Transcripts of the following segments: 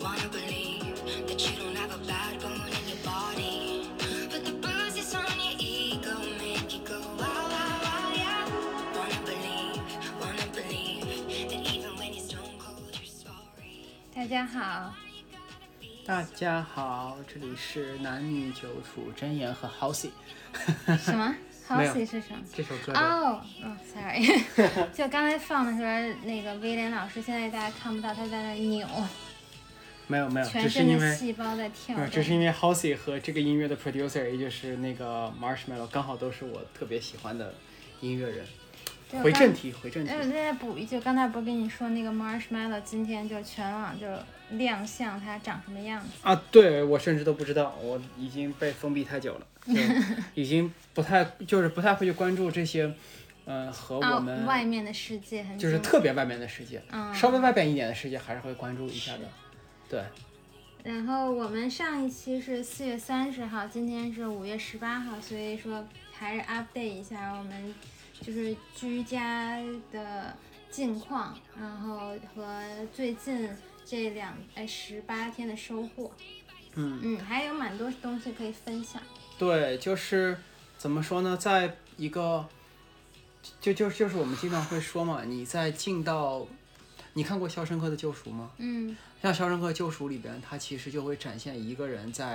Wanna believe that you don't have a bad bone in your body, but the bruises on your ego make you go wow wow wow yeah. Wanna believe that even when you're stone cold you're sorry. 大家好， 大家好，这里是男女酒处真言和 Housey。 什么没有 ？Housey 是什么？ 这首歌 sorry 就刚才放的时候，那个威廉老师，现在大家看不到他在那扭， 没有， 全只是因为身的细胞在跳动。 这是因为 Housey 和这个音乐的 producer， 也就是那个 Marshmallow， 刚好都是我特别喜欢的音乐人。回正题。 我再补一句，刚才不是跟你说那个 Marshmallow 今天就全网就亮相它长什么样子啊？对，我甚至都不知道，我已经被封闭太久了，就已经不太会去关注这些，和我们、 外面的世界很就是特别外面的世界，稍微外边一点的世界还是会关注一下的，对。 然后我们上一期是4月30号，今天是5月18号，所以说还是 update 一下我们就是居家的近况，然后和最近这18天的收获。还有蛮多东西可以分享。对， 就是怎么说呢，在一个就是我们经常会说嘛，你在进到，你看过《肖申克的救赎》吗？像《肖申克救赎》里边，它其实就会展现一个人在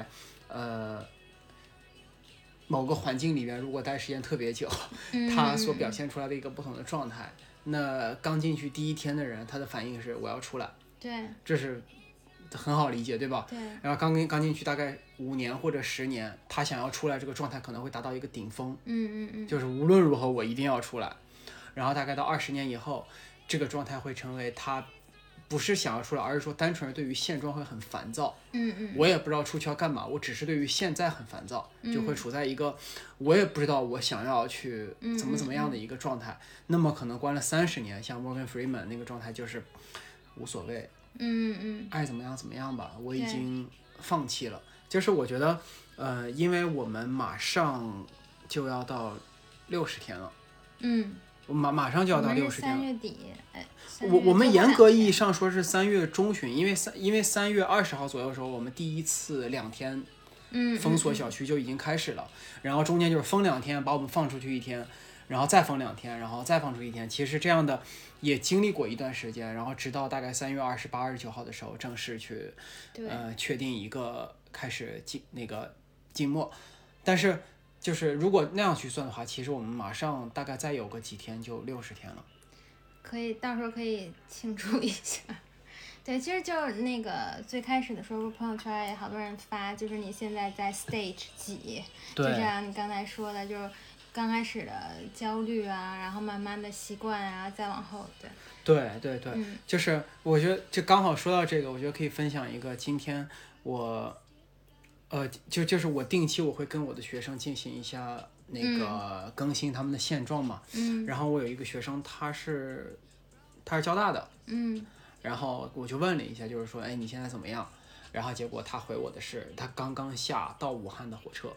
某个环境里边，如果待时间特别久，他所表现出来的一个不同的状态。那刚进去第一天的人，他的反应是我要出来， 对， 这是很好理解，对吧？ 对。 然后刚进去大概5年或者10年，他想要出来，这个状态可能会达到一个顶峰。就是无论如何我一定要出来。然后大概到20年以后，这个状态会成为他不是想要出来，而是说单纯对于现状会很烦躁。我也不知道出去要干嘛，我只是对于现在很烦躁，就会处在一个我也不知道我想要去怎么样的一个状态。那么可能关了30年，像 Morgan Freeman 那个状态就是无所谓，爱怎么样怎么样吧，我已经放弃了。就是我觉得因为我们马上就要到60天了，马上就要到60天了。 3月底， 我们严格意义上说是3月中旬，因为3月20号左右的时候，我们第一次2天封锁小区就已经开始了，然后中间就是封2天，把我们放出去1天，然后再封2天，然后再放出1天。其实这样的也经历过一段时间，然后直到大概3月28、29号的时候正式去确定一个开始静默。但是就是如果那样去算的话，其实我们马上大概再有个几天就60天了。 可以，到时候可以庆祝一下。对，其实就是那个最开始的时候，朋友圈也好多人发，就是你现在在 stage 几，就这样你刚才说的，就是刚开始的焦虑啊，然后慢慢的习惯啊，再往后， 对，就是我觉得就刚好说到这个，我觉得可以分享一个今天我就是我定期我会跟我的学生进行一下那个更新他们的现状嘛，然后我有一个学生他是交大的，然后我就问了一下，就是说，哎，你现在怎么样？然后结果他回我的是，他刚刚下到武汉的火车。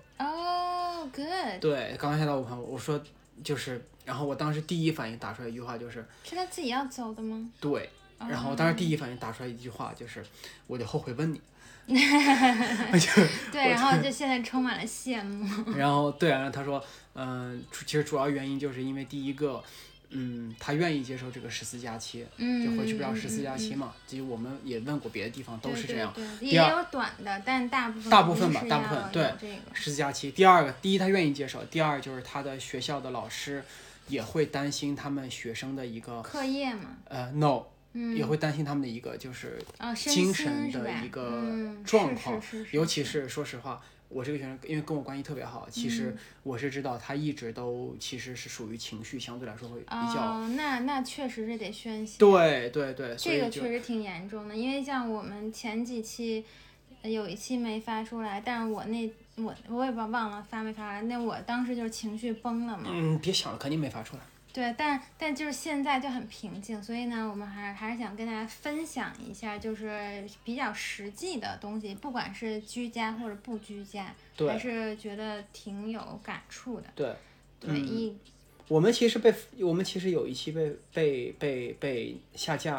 good。 对，刚刚下到武汉，我说就是，然后我当时第一反应打出来一句话就是， 是他自己要走的吗？ 对，然后当时第一反应打出来一句话就是，我就后悔问你。 对，然后就现在充满了羡慕。 然后对啊，他说，其实主要原因就是因为第一个，他愿意接受这个14+7，就回去不要14+7嘛。其实我们也问过别的地方都是这样。 也有短的，但大部分对14+7。第一他愿意接受，第二就是他的学校的老师也会担心他们学生的一个课业嘛。 no。也会担心他们的一个就是精神的一个状况，尤其是说实话，我这个学生因为跟我关系特别好，其实我是知道他一直都其实是属于情绪相对来说会比较那确实是得宣泄。 对， 这个确实挺严重的，因为像我们前几期有一期没发出来，但是我也不知道忘了发没发出来，那我当时就是情绪崩了嘛。 别想了，肯定没发出来。 对，但就是现在就很平静，所以呢，我们还是想跟大家分享一下，就是比较实际的东西，不管是居家或者不居家，还是觉得挺有感触的。对， 我们其实有一期被下架，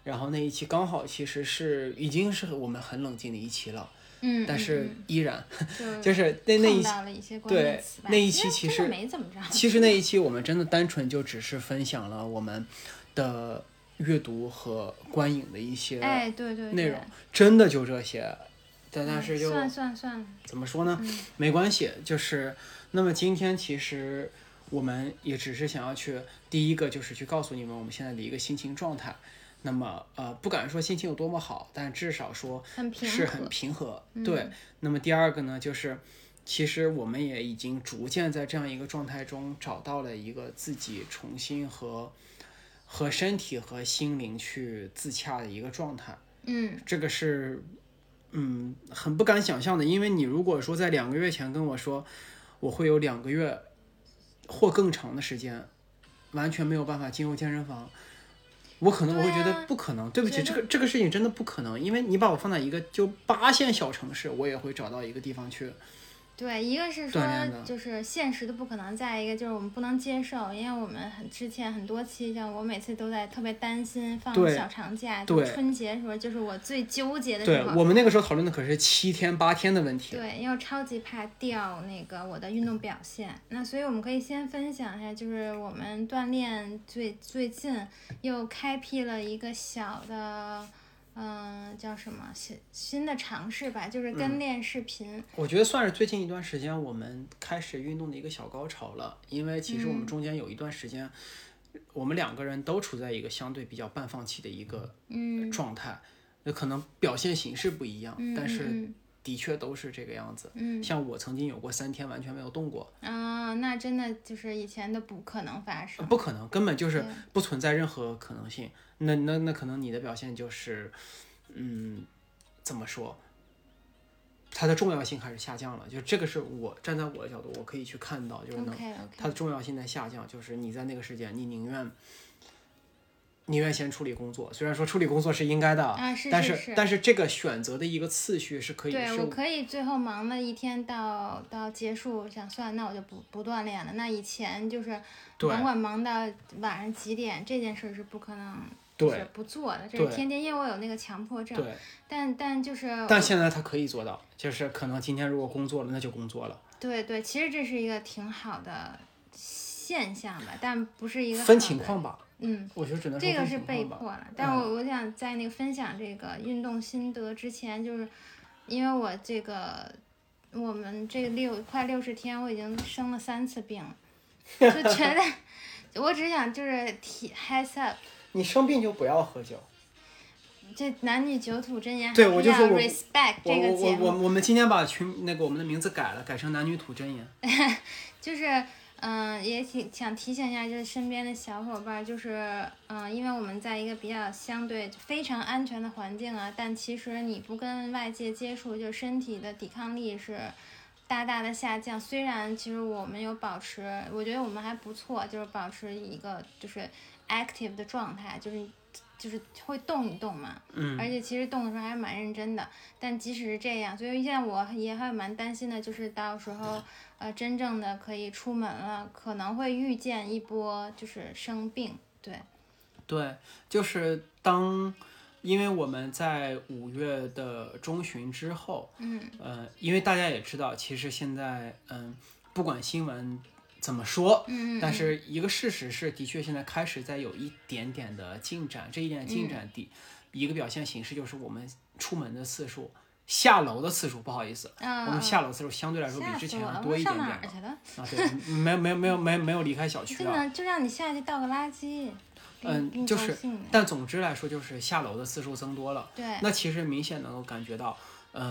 然后那一期刚好其实是已经是我们很冷静的一期了。但是依然就是那一期对那一期其实没怎么着。 其实那一期我们真的单纯就只是分享了我们的阅读和观影的一些内容，真的就这些。但是就算了， 怎么说呢？没关系，就是那么今天其实我们也只是想要去第一个就是去告诉你们我们现在的一个心情状态。那么不敢说心情有多么好，但至少说是很平和。对。那么第二个呢，就是其实我们也已经逐渐在这样一个状态中找到了一个自己重新和身体和心灵去自洽的一个状态。这个是很不敢想象的，因为你如果说在2个月前跟我说我会有2个月或更长的时间完全没有办法进入健身房，我可能会觉得不可能。对不起，这个事情真的不可能，因为你把我放在一个就8线小城市，我也会找到一个地方去。 对，一个是说就是现实的不可能，再一个就是我们不能接受，因为我们之前很多期，像我每次都在特别担心放小长假，就春节的时候就是我最纠结的时候。 对，我们那个时候讨论的可是7天8天的问题。 对，因为我超级怕掉那个我的运动表现。那所以我们可以先分享一下，就是我们锻炼最近又开辟了一个小的。叫什么新的尝试吧，就是跟练视频。 我觉得算是最近一段时间我们开始运动的一个小高潮了，因为其实我们中间有一段时间，我们2个人都处在一个相对比较半放弃的一个状态，那可能表现形式不一样，但是的确都是这个样子。像我曾经有过3天完全没有动过那真的就是以前都不可能发生， 不可能，根本就是不存在任何可能性。那可能你的表现就是怎么说，它的重要性还是下降了。就这个是我站在我的角度我可以去看到，就是它的重要性在下降，就是你在那个时间你宁愿先处理工作，虽然说处理工作是应该的，但是这个选择的一个次序是可以。 对，我可以最后忙了一天到结束，想算那我就不锻炼了。那以前就是甭管忙到晚上几点，这件事是不可能是不做的，这是天天，因为我有那个强迫症。但现在他可以做到，就是可能今天如果工作了，那就工作了。 对，其实这是一个挺好的现象吧，但不是一个分情况吧。我觉得只能说这个是被迫了，但我想在那个分享这个运动心得之前，就是因为我们这快60天，我已经生了3次病了，就觉得我只想就是heads up， 你生病就不要喝酒。 这男女酒土真言， 对，我就说 respect 这个节目。 我们今天把我们的名字改成男女土真言， 就是。也想提醒一下，就是身边的小伙伴，就是因为我们在一个比较相对非常安全的环境啊，但其实你不跟外界接触，就身体的抵抗力是大大的下降。虽然其实我们有保持，我觉得我们还不错，就是保持一个就是 active 的状态，就是会动一动嘛，而且其实动的时候还是蛮认真的。但即使是这样，所以现在我也还蛮担心的，就是到时候真正的可以出门了，可能会遇见一波就是生病。对， 就是因为我们在5月的中旬之后，因为大家也知道，其实现在不管新闻怎么说，但是一个事实是，的确现在开始在有一点点的进展。这一点进展一个表现形式就是我们出门的次数、下楼的次数，不好意思，我们下楼次数相对来说比之前要多一点点了。对，没有离开小区啊， 就让你下去倒个垃圾。 但总之来说，就是下楼的次数增多了。 对， 那其实明显能够感觉到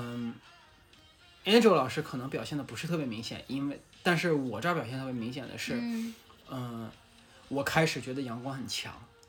，Angel 老师可能表现的不是特别明显，但是我这儿表现特别明显的是，我开始觉得阳光很强。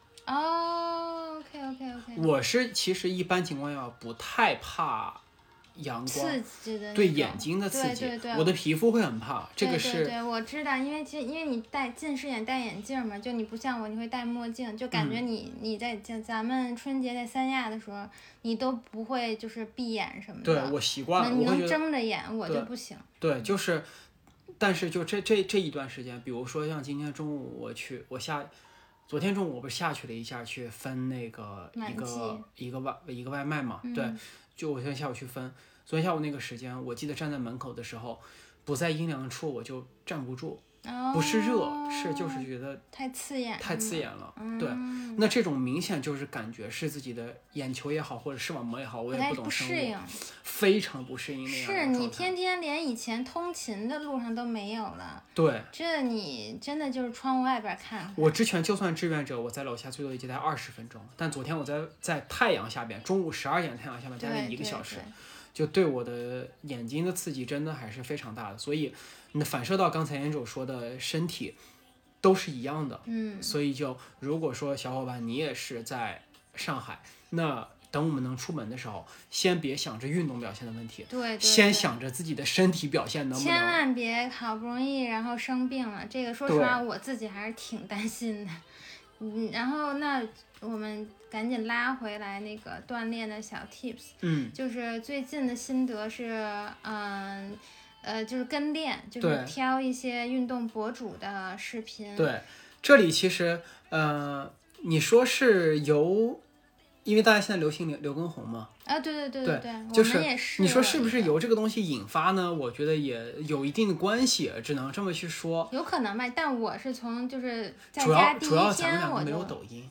OK。 我是其实一般情况下不太怕阳光刺激的对眼睛的刺激，我的皮肤会很怕。这个是对，我知道，因为你近视眼戴眼镜嘛，就你不像我，你会戴墨镜，就感觉你在咱们春节在三亚的时候，你都不会就是闭眼什么的。 对，我习惯了， 你能睁着眼，我就不行。 对，就是，但是就这一段时间，比如说像今天中午我昨天中午我不是下去了一下去分那个一个外卖嘛，对，就我昨天下午去分，昨天下午那个时间，我记得站在门口的时候，不在阴凉处我就站不住。不是热，是就是觉得太刺眼了，对，那这种明显就是感觉是自己的眼球也好，或者视网膜也好，我也不懂生物，非常不适应那样的状态。 是你天天连以前通勤的路上都没有了， 对， 这你真的就是窗户外边看。 我之前就算志愿者，我在楼下最多也就待20分钟，但昨天我在太阳下边，中午12点太阳下边待了1个小时。就对我的眼睛的刺激真的还是非常大的，所以你反射到刚才Angel说的身体都是一样的，所以就如果说小伙伴你也是在上海，那等我们能出门的时候，先别想着运动表现的问题， 对， 先想着自己的身体表现能不能， 千万别好不容易然后生病了，这个说实话我自己还是挺担心的。然后那我们赶紧拉回来那个锻炼的小 tips，就是最近的心得是，就是跟练，就是挑一些运动博主的视频。 对，这里其实，你说是因为大家现在流行刘畊宏嘛？ 啊，对， 就是我们也是。 你说是不是由这个东西引发呢？我觉得也有一定的关系，只能这么去说。 有可能吧，但我是从就是在家第一天主要咱们两个没有抖音。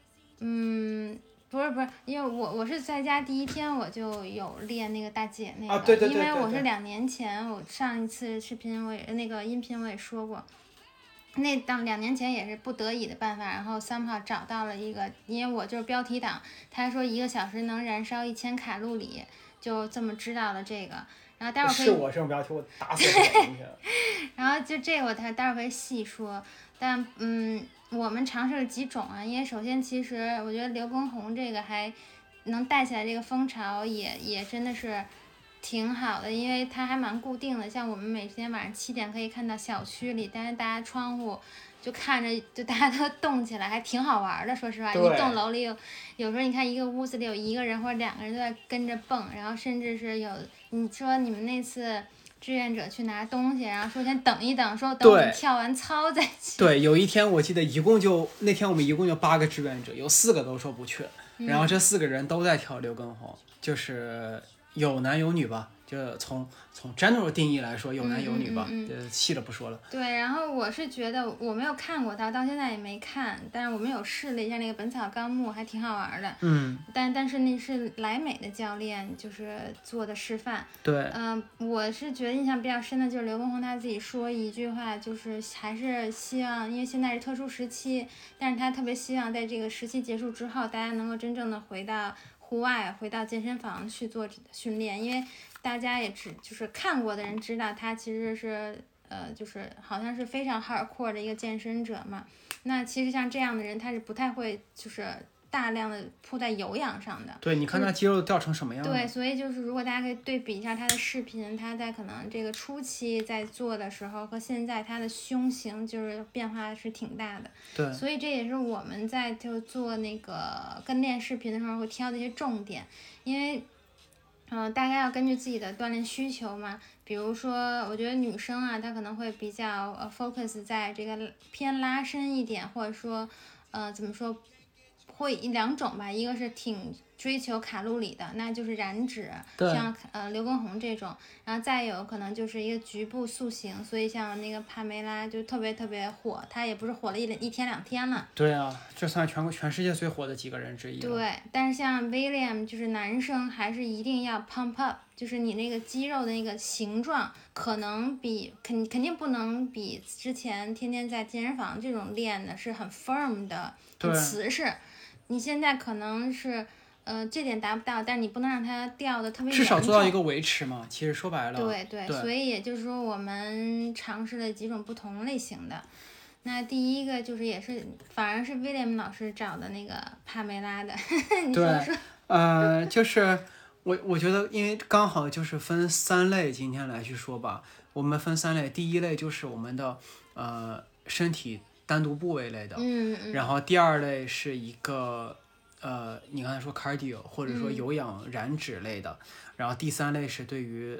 不是，因为我是在家第一天我就有练那个大姐那个， 对， 因为我是2年前我上一次视频那个音频我也说过。当2年前也是不得已的办法，然后somehow找到了一个，因为我就是标题党，他说1个小时能燃烧1000卡路里，就这么知道了这个，然后待会儿可以。 是我这种标题，我打死我然后就这个我待会儿可以细说，但我们尝试了几种啊，因为首先其实我觉得刘畊宏这个还能带起来这个风潮也真的是。挺好的，因为它还蛮固定的，像我们每天晚上7点可以看到小区里，但是大家窗户就看着，就大家都动起来，还挺好玩的。说实话，一栋楼里有时候你看一个屋子里有1个人或者2个人都在跟着蹦，然后甚至是你说你们那次志愿者去拿东西，然后说先等一等，说等我们跳完操再去。 对，有一天我记得那天我们一共就8个志愿者，有4个都说不去，然后这4个人都在跳刘畊宏，就是有男有女吧，就从 general 定义来说有男有女吧，细了不说了。 对，然后我是觉得我没有看过它，到现在也没看，但是我们有试了一下那个《本草纲目》，还挺好玩的。但是那是莱美的教练就是做的示范。 对。 我是觉得印象比较深的就是刘畊宏他自己说一句话，就是还是希望，因为现在是特殊时期，但是他特别希望在这个时期结束之后，大家能够真正的回到户外，回到健身房去做训练，因为大家也就是看过的人知道他其实是就是好像是非常 hardcore 的一个健身者嘛。那其实像这样的人他是不太会就是大量的铺在有氧上的。 对，你看他肌肉掉成什么样。 对，所以就是如果大家可以对比一下他的视频，他在可能这个初期在做的时候和现在他的胸型就是变化是挺大的。 对， 所以这也是我们在就做那个跟练视频的时候会挑的一些重点，因为大家要根据自己的锻炼需求嘛。比如说我觉得女生啊，她可能会比较focus 在这个偏拉伸一点，或者说怎么说会2种吧，一个是挺追求卡路里的，那就是燃脂，像刘畊宏这种，然后再有可能就是一个局部塑形，所以像那个帕梅拉就特别特别火，她也不是火了一天2天了。 对啊，这算全世界最火的几个人之一了。 对，但是像 William 就是男生还是一定要 pump up， 就是你那个肌肉的那个形状可能肯定不能比之前天天在健身房这种练的是很 firm 的，很瓷实。你现在可能是这点达不到，但你不能让它掉的特别严重， 至少做到一个维持嘛。其实说白了， 对，所以也就是说我们尝试了几种不同类型的。那第一个就是也是反而是 William 老师找的那个帕梅拉的，你说说。 就是我觉得因为刚好就是分3类，今天来去说吧。我们分3类，第一类就是我们的身体单独部位类的，然后第2类是一个你刚才说 cardio 或者说有氧燃脂类的，然后第3类是对于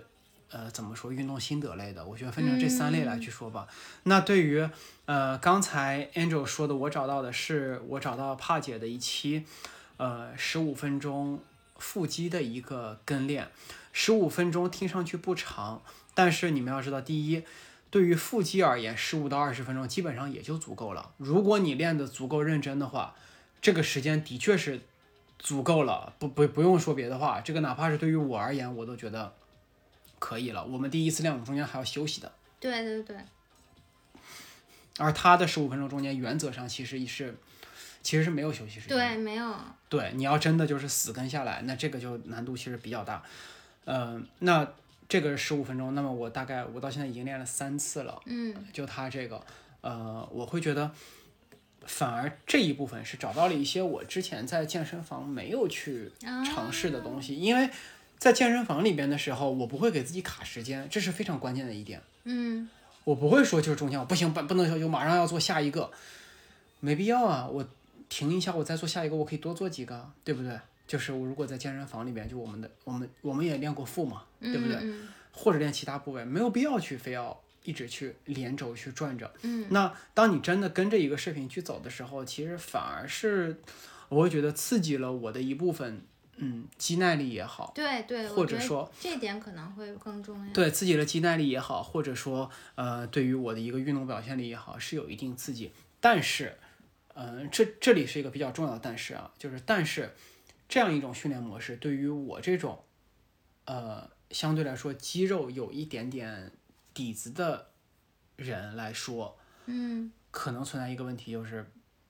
怎么说运动心得类的，我觉得分成这3类来去说吧。那对于刚才 Angel 说的，我找到帕姐的一期15分钟腹肌的一个跟练，15分钟听上去不长，但是你们要知道，第一，对于腹肌而言，15到20分钟基本上也就足够了。如果你练得足够认真的话，这个时间的确是足够了，不用说别的话，这个哪怕是对于我而言，我都觉得可以了。我们第一次练，我们中间还要休息的。 对对对。 而他的15分钟中间，原则上其实是没有休息时间。 对，没有。 对，你要真的就是死跟下来，那这个就难度其实比较大。那这个是15分钟，那么我到现在已经练了3次了。就他这个，我会觉得。反而这一部分是找到了一些我之前在健身房没有去尝试的东西，因为在健身房里边的时候，我不会给自己卡时间，这是非常关键的一点。我不会说就是中间我不行，不能就马上要做下一个，没必要啊，我停一下，我再做下一个，我可以多做几个，对不对？就是我如果在健身房里边，就我们也练过腹嘛，对不对？或者练其他部位，没有必要去非要一直去连轴去转着。那当你真的跟着一个视频去走的时候，其实反而是我会觉得刺激了我的一部分肌耐力也好， 对对， 或者说这点可能会更重要。 对，刺激了肌耐力也好，或者说对于我的一个运动表现力也好，是有一定刺激。但是这里是一个比较重要的但是这样一种训练模式对于我这种相对来说肌肉有一点点底子的人来说，可能存在一个问题，就是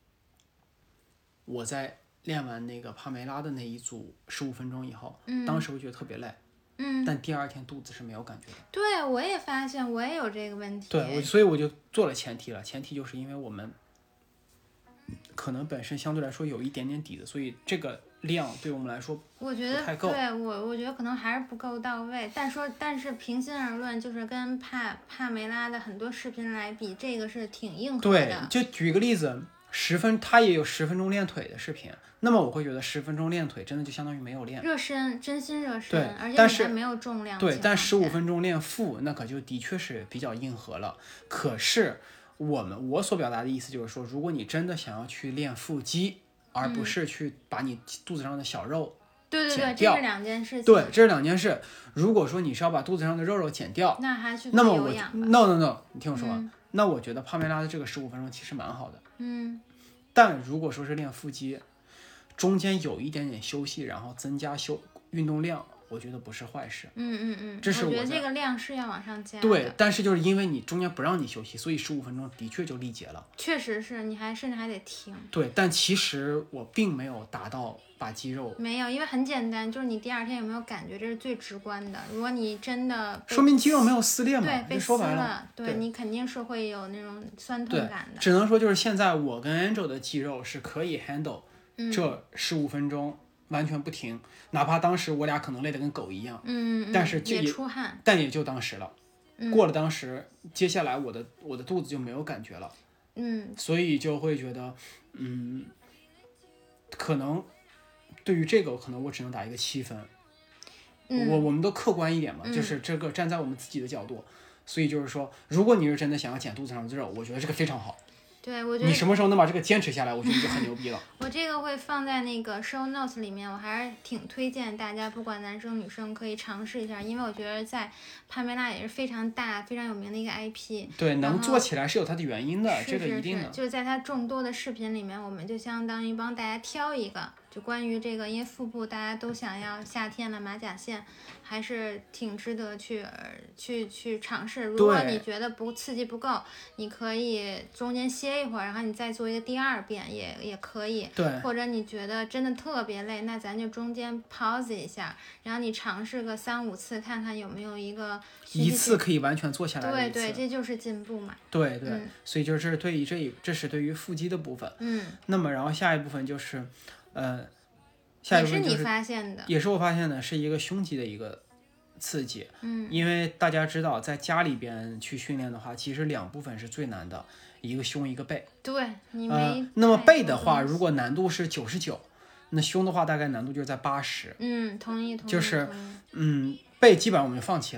我在练完那个帕梅拉的那一组15分钟以后，当时我觉得特别累，但第二天肚子是没有感觉的。 对，我也发现我也有这个问题。 对，所以我就做了前提了，前提就是因为我们可能本身相对来说有一点点底子，所以这个量对我们来说我觉得不太够。 对我觉得可能还是不够到位。但是平心而论，就是跟帕梅拉的很多视频来比，这个是挺硬核的。 对，就举一个例子他也有10分钟练腿的视频，那么我会觉得10分钟练腿真的就相当于没有练热身，真心热身。 对， 而且你还没有重量。 对，但15分钟练腹那可就的确是比较硬核了。可是我所表达的意思就是说，如果你真的想要去练腹肌，而不是去把你肚子上的小肉对， 减掉， 这是两件事情。 对，这是2件事。如果说你是要把肚子上的肉减掉， 那还去做有氧吧。 No， 你听我说完。那我觉得帕梅拉的这个15分钟其实蛮好的。但如果说是练腹肌，中间有一点点休息，然后增加运动量，我觉得不是坏事。这是我觉得这个量是要往上加的。 对，但是就是因为你中间不让你休息，所以15分钟的确就力竭了。 确实是，你甚至还得停。 对，但其实我并没有达到把肌肉没有，因为很简单，就是你第二天有没有感觉，这是最直观的。如果你真的说明肌肉没有撕裂嘛， 对，被说白了， 对你肯定是会有那种酸痛感的。 只能说就是现在我跟 Angel 的肌肉是可以 handle 这15分钟完全不停，哪怕当时我俩可能累得跟狗一样，但是也出汗， 但也就当时了，过了当时，接下来我的肚子就没有感觉了，所以就会觉得，可能对于这个可能我只能打一个7分，我们都客观一点嘛，就是这个站在我们自己的角度，所以就是说，如果你是真的想要减肚子上的肉，我觉得这个非常好。 对，我觉得你什么时候能把这个坚持下来，我觉得你就很牛逼了。 我这个会放在那个 show notes 里面，我还是挺推荐大家，不管男生女生可以尝试一下，因为我觉得在帕梅拉也是非常大、非常有名的一个 IP。 对，能做起来是有它的原因的，这个一定的。 就是在它众多的视频里面，我们就相当于帮大家挑一个，就关于这个，因为腹部大家都想要夏天了马甲线，还是挺值得去尝试。如果你觉得刺激不够，你可以中间歇一会儿，然后你再做一个第2遍也可以。 对。 或者你觉得真的特别累，那咱就中间 pause 一下，然后你尝试个3-5次，看看有没有一次可以完全做下来的。 对，这就是进步嘛。 对，所以就是这是对于腹肌的部分。那么然后下一部分就是下一部分也是你发现的， 也是我发现的，是一个胸肌的一个刺激。因为大家知道，在家里边去训练的话，其实2部分是最难的，一个胸一个背。 对，你没。 那么背的话，如果难度是99，那胸的话大概难度就是在80。 同意。 就是背基本上我们就放弃了。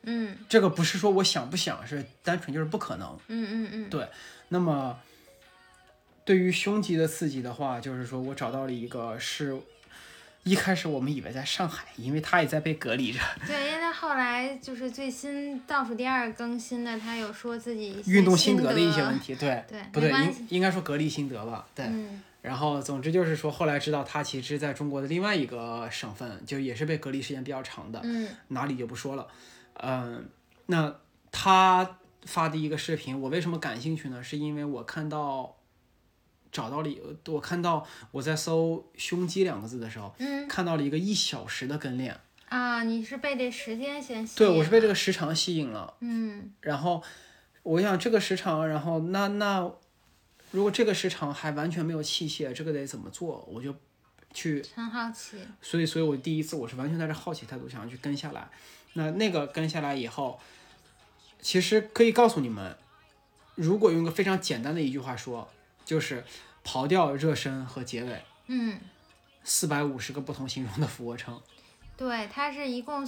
这个不是说我想不想，是单纯就是不可能。对。那么对于胸肌的刺激的话，就是说我找到了一个是。一开始我们以为在上海，因为他也在被隔离着。 对，因为他后来就是最新倒数第2更新的，他有说自己运动心得的一些问题。 对， 不对，应该说隔离心得吧。对。然后总之就是说，后来知道他其实在中国的另外一个省份，就也是被隔离时间比较长的。哪里就不说了。那他发的一个视频，我为什么感兴趣呢？是因为我看到。我看到我在搜胸肌2个字的时候，看到了一个1小时的跟练啊，你是被这时间先吸引？ 对，我是被这个时长吸引了。然后我想这个时长，然后那如果这个时长还完全没有器械，这个得怎么做？我就去很好奇。 所以我第一次我是完全带着好奇态度想要去跟下来。那个跟下来以后，其实可以告诉你们，如果用一个非常简单的一句话说。就是刨掉热身和结尾，450个不同形状的俯卧撑。 对，它是一共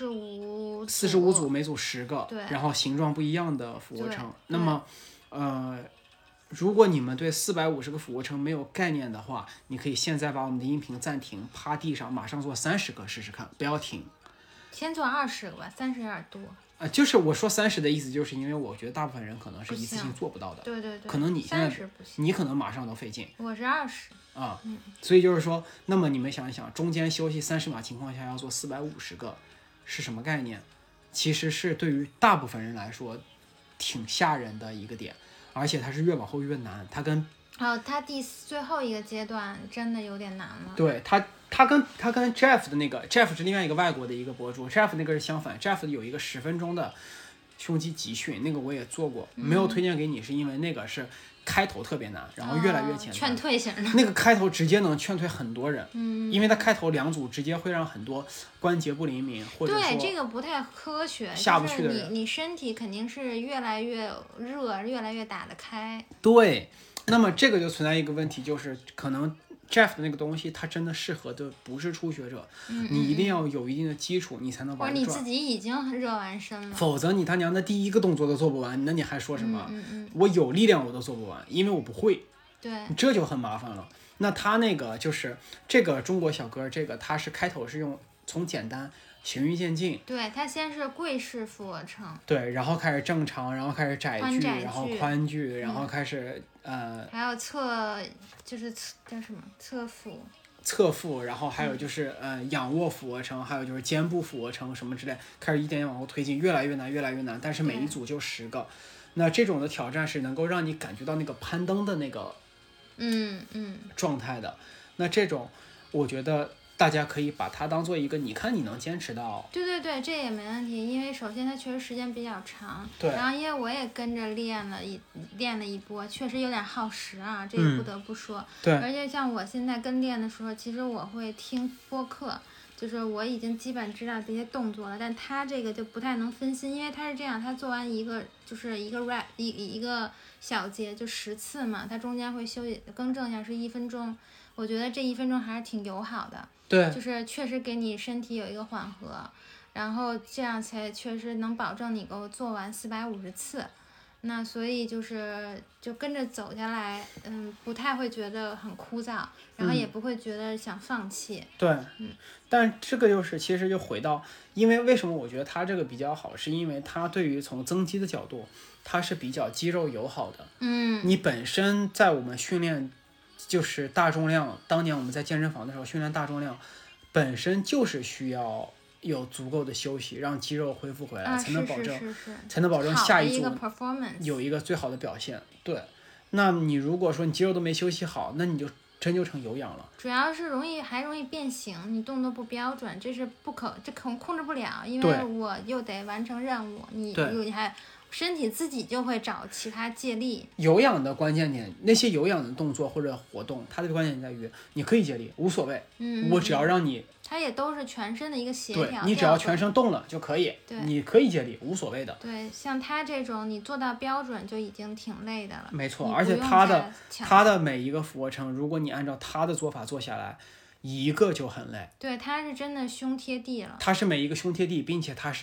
45 组，每组10个， 对， 然后形状不一样的俯卧撑。那么，如果你们对450个俯卧撑没有概念的话，你可以现在把我们的音频暂停，趴地上马上做30个试试看，不要停。 先做20个吧，30有点多。 就是我说30的意思，就是因为我觉得大部分人可能是一次性做不到的。 对， 可能你现在 30不行， 你可能马上都费劲。 我是20 啊，所以就是说，那么你们想一想，中间休息30秒情况下要做450个，是什么概念？其实是对于大部分人来说，挺吓人的一个点，而且它是越往后越难。它跟它最后一个阶段真的有点难了。 对他跟 Jeff 的那个 Jeff 是另外一个外国的一个博主 ，Jeff 那个是相反 ，Jeff 有一个10分钟的胸肌集训，那个我也做过，没有推荐给你，是因为那个是开头特别难，然后越来越简单， 劝退型的。 那个开头直接能劝退很多人，因为它开头2组直接会让很多关节不灵敏，或者说对这个不太科学， 下不去的人， 就是你身体肯定是越来越热，越来越打得开。 对，那么这个就存在一个问题，就是可能。Jeff 的那个东西，它真的适合的不是初学者，你一定要有一定的基础，你才能把它或者你自己已经热完身了， 否则你他娘的第一个动作都做不完，那你还说什么？我有力量我都做不完，因为我不会。 对， 这就很麻烦了。那他那个就是这个中国小哥，这个他是开头是用从简单循序渐进， 对他先是跪式俯卧撑， 对，然后开始正常，然后开始窄距，然后宽距，然后开始还有就是叫什么侧腹，然后还有就是仰卧俯卧撑，还有就是肩部俯卧撑什么之类，开始一点点往后推进，越来越难，越来越难。但是每一组就10个，那这种的挑战是能够让你感觉到那个攀登的那个状态的。那这种我觉得大家可以把它当做一个，你看你能坚持到。 对，这也没问题，因为首先它确实时间比较长， 对。 然后因为我也跟着练了一波，确实有点耗时啊，这个不得不说。 对。 而且像我现在跟练的时候，其实我会听播客，就是我已经基本知道这些动作了，但他这个就不太能分心，因为他是这样，他做完一个就是一个 rap 一个小节就10次嘛，他中间会休息更正一下是1分钟，我觉得这1分钟还是挺友好的。 对， 就是确实给你身体有一个缓和，然后这样才确实能保证你给我做完450次。那所以就跟着走下来，不太会觉得很枯燥，然后也不会觉得想放弃。 对，但这个其实就回到，因为为什么我觉得它这个比较好，是因为它对于从增肌的角度，它是比较肌肉友好的。你本身在我们训练。就是大重量，当年我们在健身房的时候训练大重量，本身就是需要有足够的休息，让肌肉恢复回来，才能保证下一组有一个最好的表现。对，那你如果说你肌肉都没休息好，那你就真就成有氧了。 主要是还容易变形，你动作不标准，这是控制不了，因为我又得完成任务，你还。身体自己就会找其他借力。 有氧的关键点，那些有氧的动作或者活动，它的关键点在于你可以借力，无所谓。我只要让你， 它也都是全身的一个协调。 你只要全身动了就可以。你可以借力，无所谓的。 对，像它这种你做到标准就已经挺累的了。 没错，而且它的每一个俯卧撑，如果你按照它的做法做下来，一个就很累。 对，它是真的胸贴地了。 它是每一个胸贴地，并且它是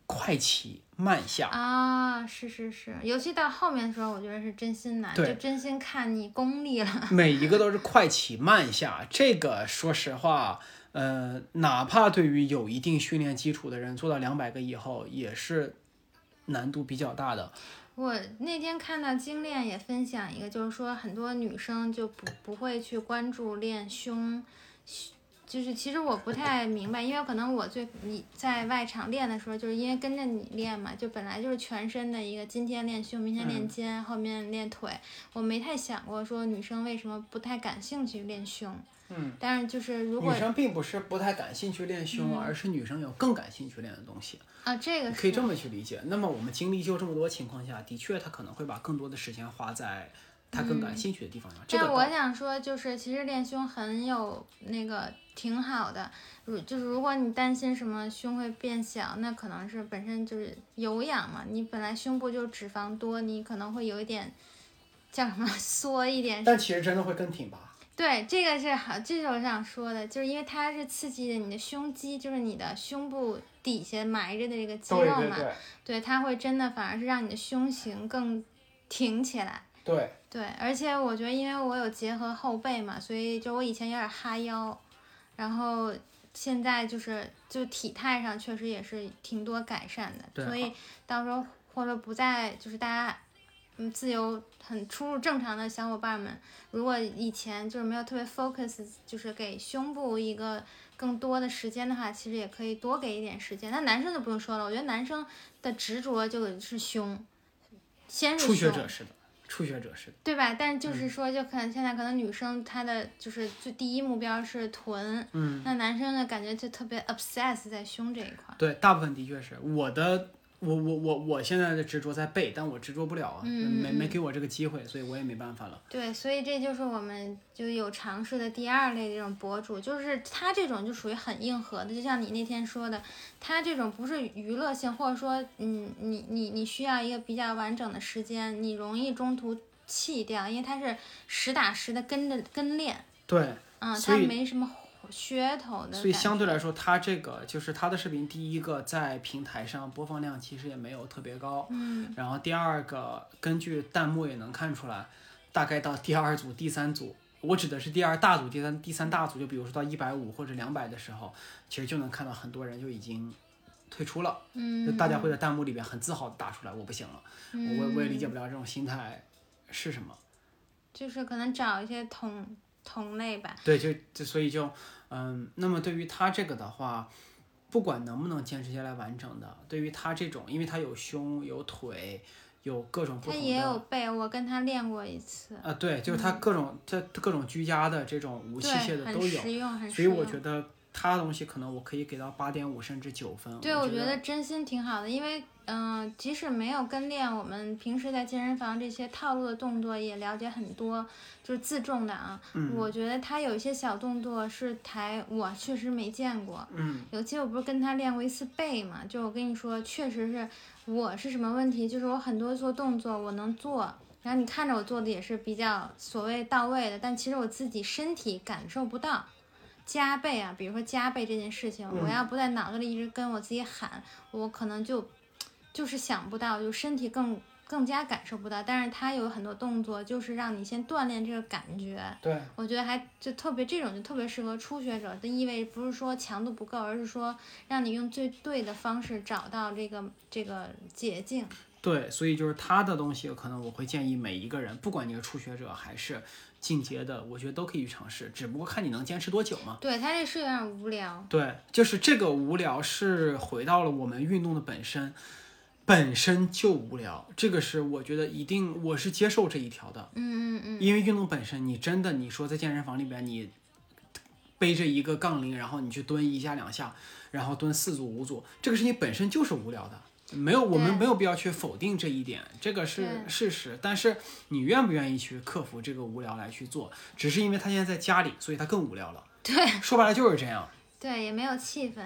快起慢下啊，是，尤其到后面的时候，我觉得是真心难，就真心看你功力了。 每一个都是快起慢下，这个说实话，哪怕对于有一定训练基础的人，做到200个以后，也是难度比较大的。 我那天看到精炼也分享一个，就是说很多女生就不会去关注练胸。就是其实我不太明白，因为可能你在外场练的时候，就是因为跟着你练嘛，就本来就是全身的一个，今天练胸，明天练肩，后面练腿。我没太想过说女生为什么不太感兴趣练胸。但是就是如果女生并不是不太感兴趣练胸，而是女生有更感兴趣练的东西啊，这个可以这么去理解。那么我们经历就这么多情况下，的确她可能会把更多的时间花在她更感兴趣的地方上。 但我想说，就是其实练胸很有挺好的，就是如果你担心什么胸会变小，那可能是本身就是有氧嘛，你本来胸部就脂肪多，你可能会有一点叫什么缩一点， 但其实真的会更挺拔。 对，这个是好，这是我想说的，就是因为它是刺激的你的胸肌，就是你的胸部底下埋着的这个肌肉嘛，对，它会真的反而是让你的胸型更挺起来。 对， 而且我觉得因为我有结合后背嘛，所以就我以前有点哈腰，然后现在就体态上确实也是挺多改善的，所以到时候或者不再就是大家自由很出入正常的小伙伴们，如果以前就是没有特别 focus 就是给胸部一个更多的时间的话，其实也可以多给一点时间。那男生就不用说了，我觉得男生的执着就是胸，先是胸。 初学者是的， 对吧？但就是说，就现在可能女生她的就是最第一目标是臀，那男生呢感觉就特别 obsess 在胸这一块。 对，大部分的确是我现在的执着在背，但我执着不了啊，没给我这个机会，所以我也没办法了。 对，所以这就是我们就有尝试的第二类这种博主，就是他这种就属于很硬核的，就像你那天说的，他这种不是娱乐性，或者说你需要一个比较完整的时间，你容易中途弃掉，因为他是实打实的跟练。 对， 他没什么噱头的， 所以相对来说，他这个就是他的视频，第一个在平台上播放量其实也没有特别高，然后第二个根据弹幕也能看出来，大概到第2组、第3组，我指的是第2大组、第三大组，就比如说到150或者200的时候，其实就能看到很多人就已经退出了，就大家会在弹幕里边很自豪的打出来，我不行了，我也理解不了这种心态是什么， 就是可能找一些同类吧。 对，所以就那么对于他这个的话，不管能不能坚持下来完整的，对于他这种，因为他有胸有腿有各种不同的， 他也有背，我跟他练过一次。 对，就是他各种居家的这种无器械的都有，所以我觉得他的东西可能我可以给到8.5甚至9分。 对，我觉得真心挺好的，因为即使没有跟练，我们平时在健身房这些套路的动作也了解很多，就是自重的啊。我觉得他有一些小动作是我确实没见过。尤其我不是跟他练过一次背嘛，就我跟你说，确实是我是什么问题，就是我很多做动作我能做，然后你看着我做的也是比较所谓到位的，但其实我自己身体感受不到。加倍啊，比如说加倍这件事情，我要不在脑子里一直跟我自己喊，我可能就是想不到，就身体更加感受不到。但是它有很多动作，就是让你先锻炼这个感觉。 对， 我觉得就特别这种就特别适合初学者，的意味不是说强度不够，而是说让你用最对的方式找到这个捷径。 对，所以就是他的东西，可能我会建议每一个人，不管你是初学者还是进阶的，我觉得都可以去尝试，只不过看你能坚持多久嘛。 对，他这是有点无聊。 对，就是这个无聊是回到了我们运动的本身就无聊，这个是我觉得我是接受这一条的。因为运动本身，你说在健身房里边，你背着一个杠铃，然后你去蹲1下2下，然后蹲4组5组，这个事情本身就是无聊的。我们没有必要去否定这一点，这个是事实。但是你愿不愿意去克服这个无聊来去做？只是因为他现在在家里，所以他更无聊了。 对， 说白了就是这样。 对，也没有气氛。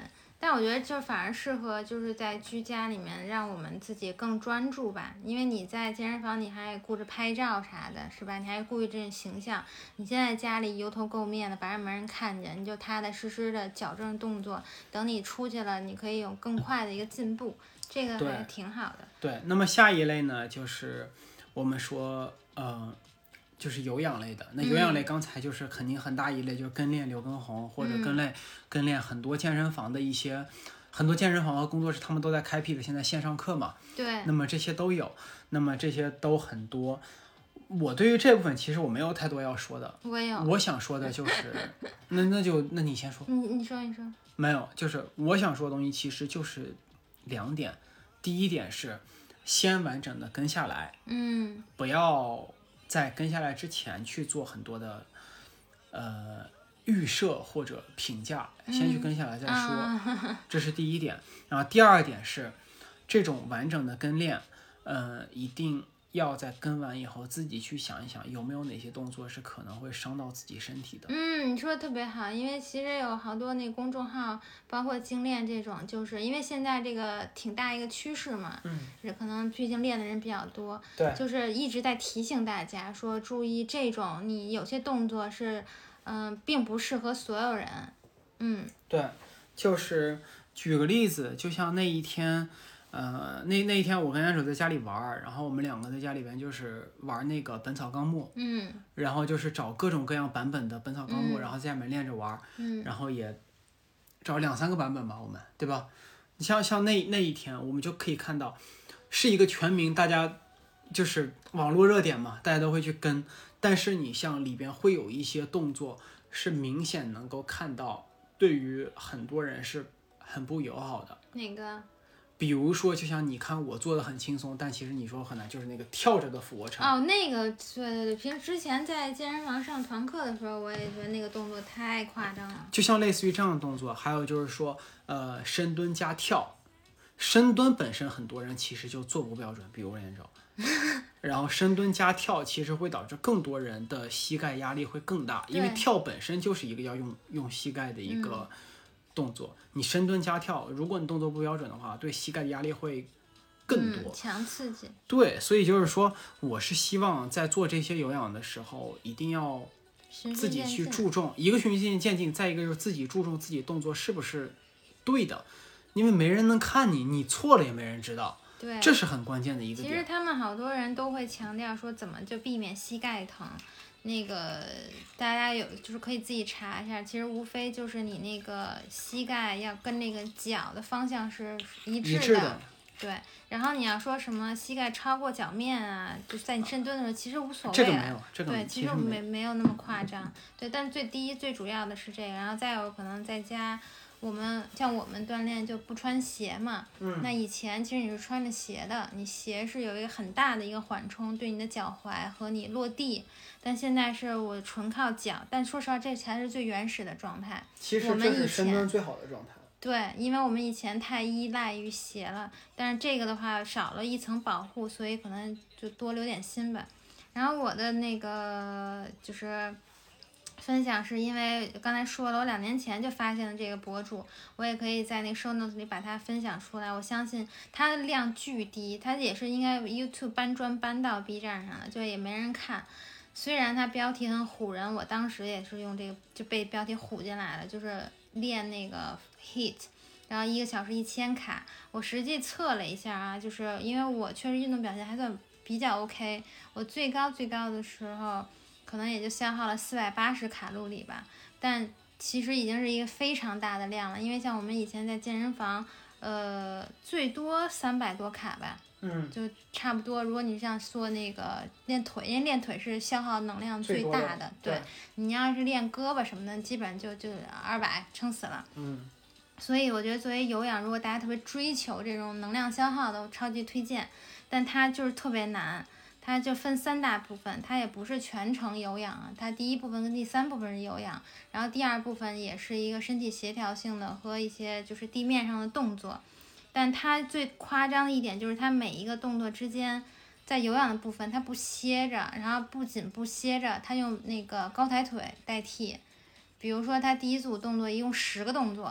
但我觉得就反而适合就是在居家里面让我们自己更专注吧，因为你在健身房你还顾着拍照啥的，是吧？你还顾着这种形象。你现在家里油头垢面的，白让没人看见，你就踏踏实实的矫正动作，等你出去了，你可以有更快的一个进步，这个还挺好的。 对，那么下一类呢，就是我们说就是有氧类的。那有氧类刚才就是肯定很大一类，就是跟练刘畊宏或者跟练很多健身房的一些很多健身房和工作室，他们都在开辟的现在线上课嘛。 对。 那么这些都有，那么这些都很多。我对于这部分其实我没有太多要说的。我想说的就是，那你先说。 你说。 没有，就是我想说的东西其实就是2点。第一点是先完整的跟下来，不要在跟下来之前去做很多的预设或者评价，先去跟下来再说，这是第一点。然后第二点是这种完整的跟练，一定要在跟完以后自己去想一想有没有哪些动作是可能会伤到自己身体的。 你说的特别好，因为其实有好多那公众号包括精练这种，就是因为现在这个挺大一个趋势嘛，可能毕竟练的人比较多， 对， 就是一直在提醒大家说注意这种你有些动作是并不适合所有人。 对，就是举个例子，就像那一天那一天我跟安守在家里玩，然后我们2个在家里边就是玩那个本草纲目，然后就是找各种各样版本的本草纲目，然后在家里面练着玩，然后也找2-3个版本吧，我们对吧？你像那一天我们就可以看到是一个全民大家就是网络热点嘛，大家都会去跟，但是你像里边会有一些动作是明显能够看到对于很多人是很不友好的。 哪个？ 比如说就像你看我做的很轻松，但其实你说很难，就是那个跳着的俯卧撑。 那个对，之前在健身房上团课的时候，我也觉得那个动作太夸张了。 就像类似于这样的动作，还有就是说深蹲加跳，深蹲本身很多人其实就做不标准，比如练肘然后深蹲加跳其实会导致更多人的膝盖压力会更大，因为跳本身就是一个要用膝盖的一个动作，你深蹲加跳，如果你动作不标准的话，对膝盖的压力会更多， 强刺激。 对，所以就是说，我是希望在做这些有氧的时候，一定要自己去注重，一个循序渐进，再一个就是自己注重自己动作是不是对的，因为没人能看你，你错了也没人知道。 对， 这是很关键的一个点。 其实他们好多人都会强调说怎么就避免膝盖疼，那个大家就是可以自己查一下，其实无非就是你那个膝盖要跟那个脚的方向是一致的。对，然后你要说什么膝盖超过脚面啊，就在你深蹲的时候其实无所谓了。 这个没有，这个对，其实没有那么夸张。对，但是最主要的是这个，然后再有可能在家。像我们锻炼就不穿鞋嘛，那以前其实你是穿着鞋的，你鞋是有一个很大的一个缓冲，对你的脚踝和你落地，但现在是我纯靠脚，但说实话这才是最原始的状态。 其实这是深蹲最好的状态。 对，因为我们以前太依赖于鞋了，但是这个的话少了一层保护，所以可能就多留点心吧。然后我的那个就是分享是因为刚才说了，我2年前就发现了这个博主，我也可以在那个 show notes 里把它分享出来。我相信它的量巨低，它也是应该 YouTube 搬砖搬到 B 站上了，就也没人看。虽然它标题很唬人，我当时也是用这个就被标题唬进来了，就是练那个 HIIT， 然后1个小时1000卡。我实际测了一下啊，就是因为我确实运动表现还算比较 OK， 我最高的时候可能也就消耗了480卡路里吧，但其实已经是一个非常大的量了。因为像我们以前在健身房，最多300多卡吧，就差不多。如果你像做那个练腿，因为练腿是消耗能量最大的，对，你要是练胳膊什么的，基本就200撑死了。所以我觉得作为有氧，如果大家特别追求这种能量消耗的，我超级推荐，但它就是特别难。它就分3大部分，它也不是全程有氧啊，它第1部分跟第3部分是有氧，然后第2部分也是一个身体协调性的和一些就是地面上的动作。但它最夸张的一点就是它每一个动作之间，在有氧的部分它不歇着，然后不仅不歇着，它用那个高抬腿代替。比如说它第1组动作一共10个动作，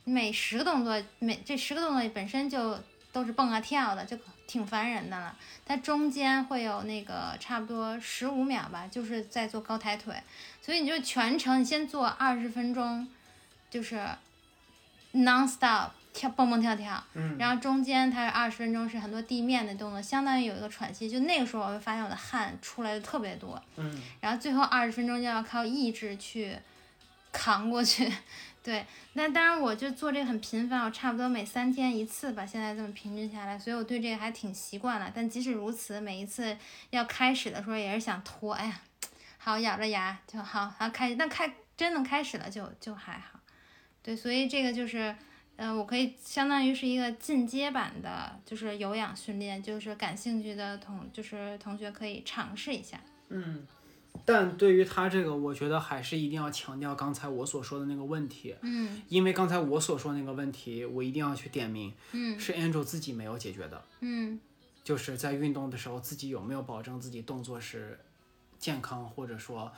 每10个动作，这10个动作本身就都是蹦啊跳的，就挺烦人的了。它中间会有那个差不多15秒吧，就是在做高抬腿，所以你就全程你先做20分钟，就是 non stop 跳蹦蹦跳跳，然后中间它是20分钟是很多地面的动作，相当于有一个喘息。就那个时候我会发现我的汗出来的特别多，然后最后20分钟就要靠意志去扛过去。对，那当然我就做这个很频繁，我差不多每3天1次吧，现在这么平均下来，所以我对这个还挺习惯了。但即使如此，每一次要开始的时候也是想拖，哎呀，好咬着牙就好，开始，但真的开始了就还好。对，所以这个就是我可以相当于是一个进阶版的，就是有氧训练，就是感兴趣的同学可以尝试一下。 但对于他这个，我觉得还是一定要强调刚才我所说的那个问题。因为刚才我所说的那个问题，我一定要去点名。是 Angel 自己没有解决的。就是在运动的时候，自己有没有保证自己动作是健康，或者说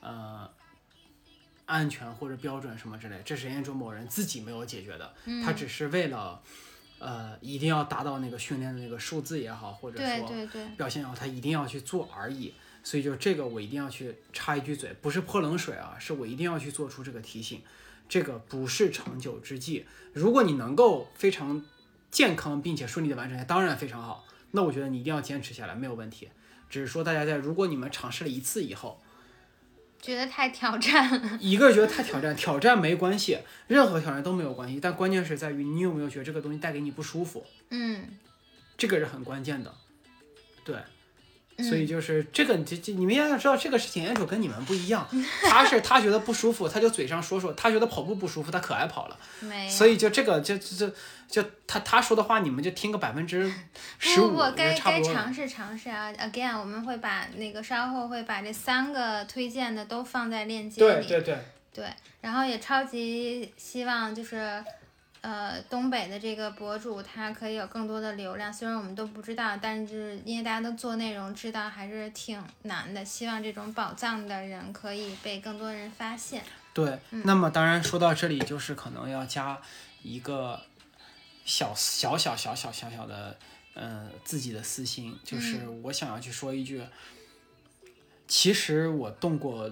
安全或者标准什么之类，这是 Angel 某人自己没有解决的。他只是为了一定要达到那个训练的那个数字也好，或者说表现也好，他一定要去做而已。所以就这个我一定要去插一句嘴，不是泼冷水啊，是我一定要去做出这个提醒，这个不是长久之计。如果你能够非常健康并且顺利的完成，当然非常好，那我觉得你一定要坚持下来，没有问题。只是说大家如果你们尝试了1次以后觉得太挑战了， 一个觉得太挑战没关系，任何挑战都没有关系，但关键是在于你有没有觉得这个东西带给你不舒服。这个是很关键的。对，所以就是这个，你们要知道这个事情，Angel 跟你们不一样，他觉得不舒服，他就嘴上说，他觉得跑步不舒服，他可爱跑了，所以就这个就他说的话，你们就听个15%， 不，该尝试啊 ！Again， 我们会把那个稍后会把这3个推荐的都放在链接里，对，然后也超级希望就是东北的这个博主他可以有更多的流量，虽然我们都不知道，但是因为大家都做内容，知道还是挺难的。希望这种宝藏的人可以被更多人发现。 对，那么当然说到这里，就是可能要加一个小的自己的私心，就是我想要去说一句，其实我动过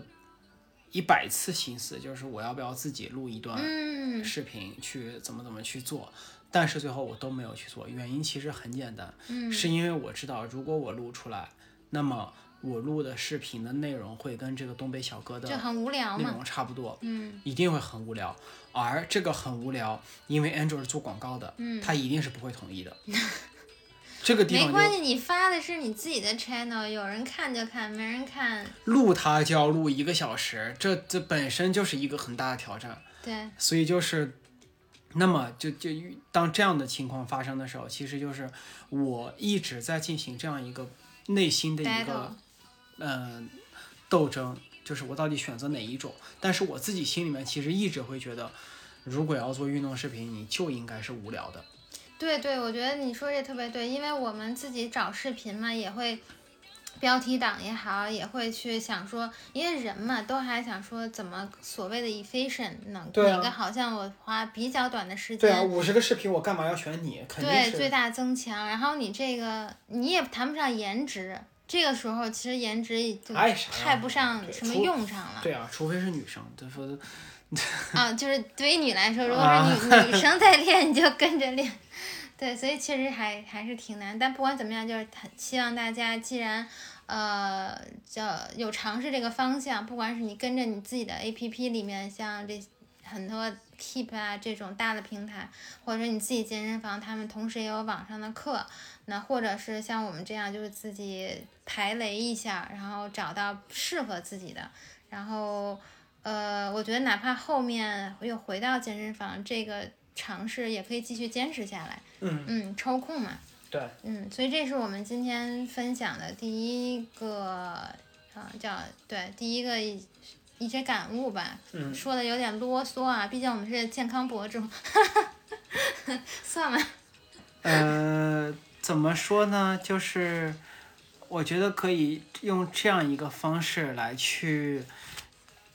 100次心思，就是我要不要自己录一段视频去怎么去做，但是最后我都没有去做。原因其实很简单，是因为我知道如果我录出来，那么我录的视频的内容会跟这个东北小哥的就很无聊嘛， 内容差不多，一定会很无聊。而这个很无聊，因为 Angel 是做广告的，他一定是不会同意的。这个地方没关系，你发的是你自己的 channel， 有人看就看，没人看录它就要录1个小时，这本身就是一个很大的挑战。 对， 所以就是那么就当这样的情况发生的时候，其实就是我一直在进行这样一个内心的一个斗争，就是我到底选择哪一种。但是我自己心里面其实一直会觉得，如果要做运动视频，你就应该是无聊的。 对，我觉得你说这特别对，因为我们自己找视频嘛，也会标题党也好，也会去想说，因为人嘛都还想说怎么所谓的 efficient 哪个好像我花比较短的时间， 对啊，50个视频我干嘛要选你？肯定是对，最大增强。然后你这个你也谈不上颜值，这个时候其实颜值就派不上什么用场了。 对啊，除非是女生，就说啊，就是对于你来说，如果是女生在练，你就跟着练。对，所以确实还是挺难，但不管怎么样，就是希望大家既然有尝试这个方向，不管是你跟着你自己的 APP 里面，像这很多 Keep 啊这种大的平台，或者说你自己健身房，他们同时也有网上的课，那或者是像我们这样，就是自己排雷一下，然后找到适合自己的，然后我觉得哪怕后面又回到健身房这个尝试也可以继续坚持下来，抽空嘛， 对， 所以这是我们今天分享的第一个第一个一些感悟吧，说的有点啰嗦啊，毕竟我们是健康博主，算了。 怎么说呢？就是我觉得可以用这样一个方式来去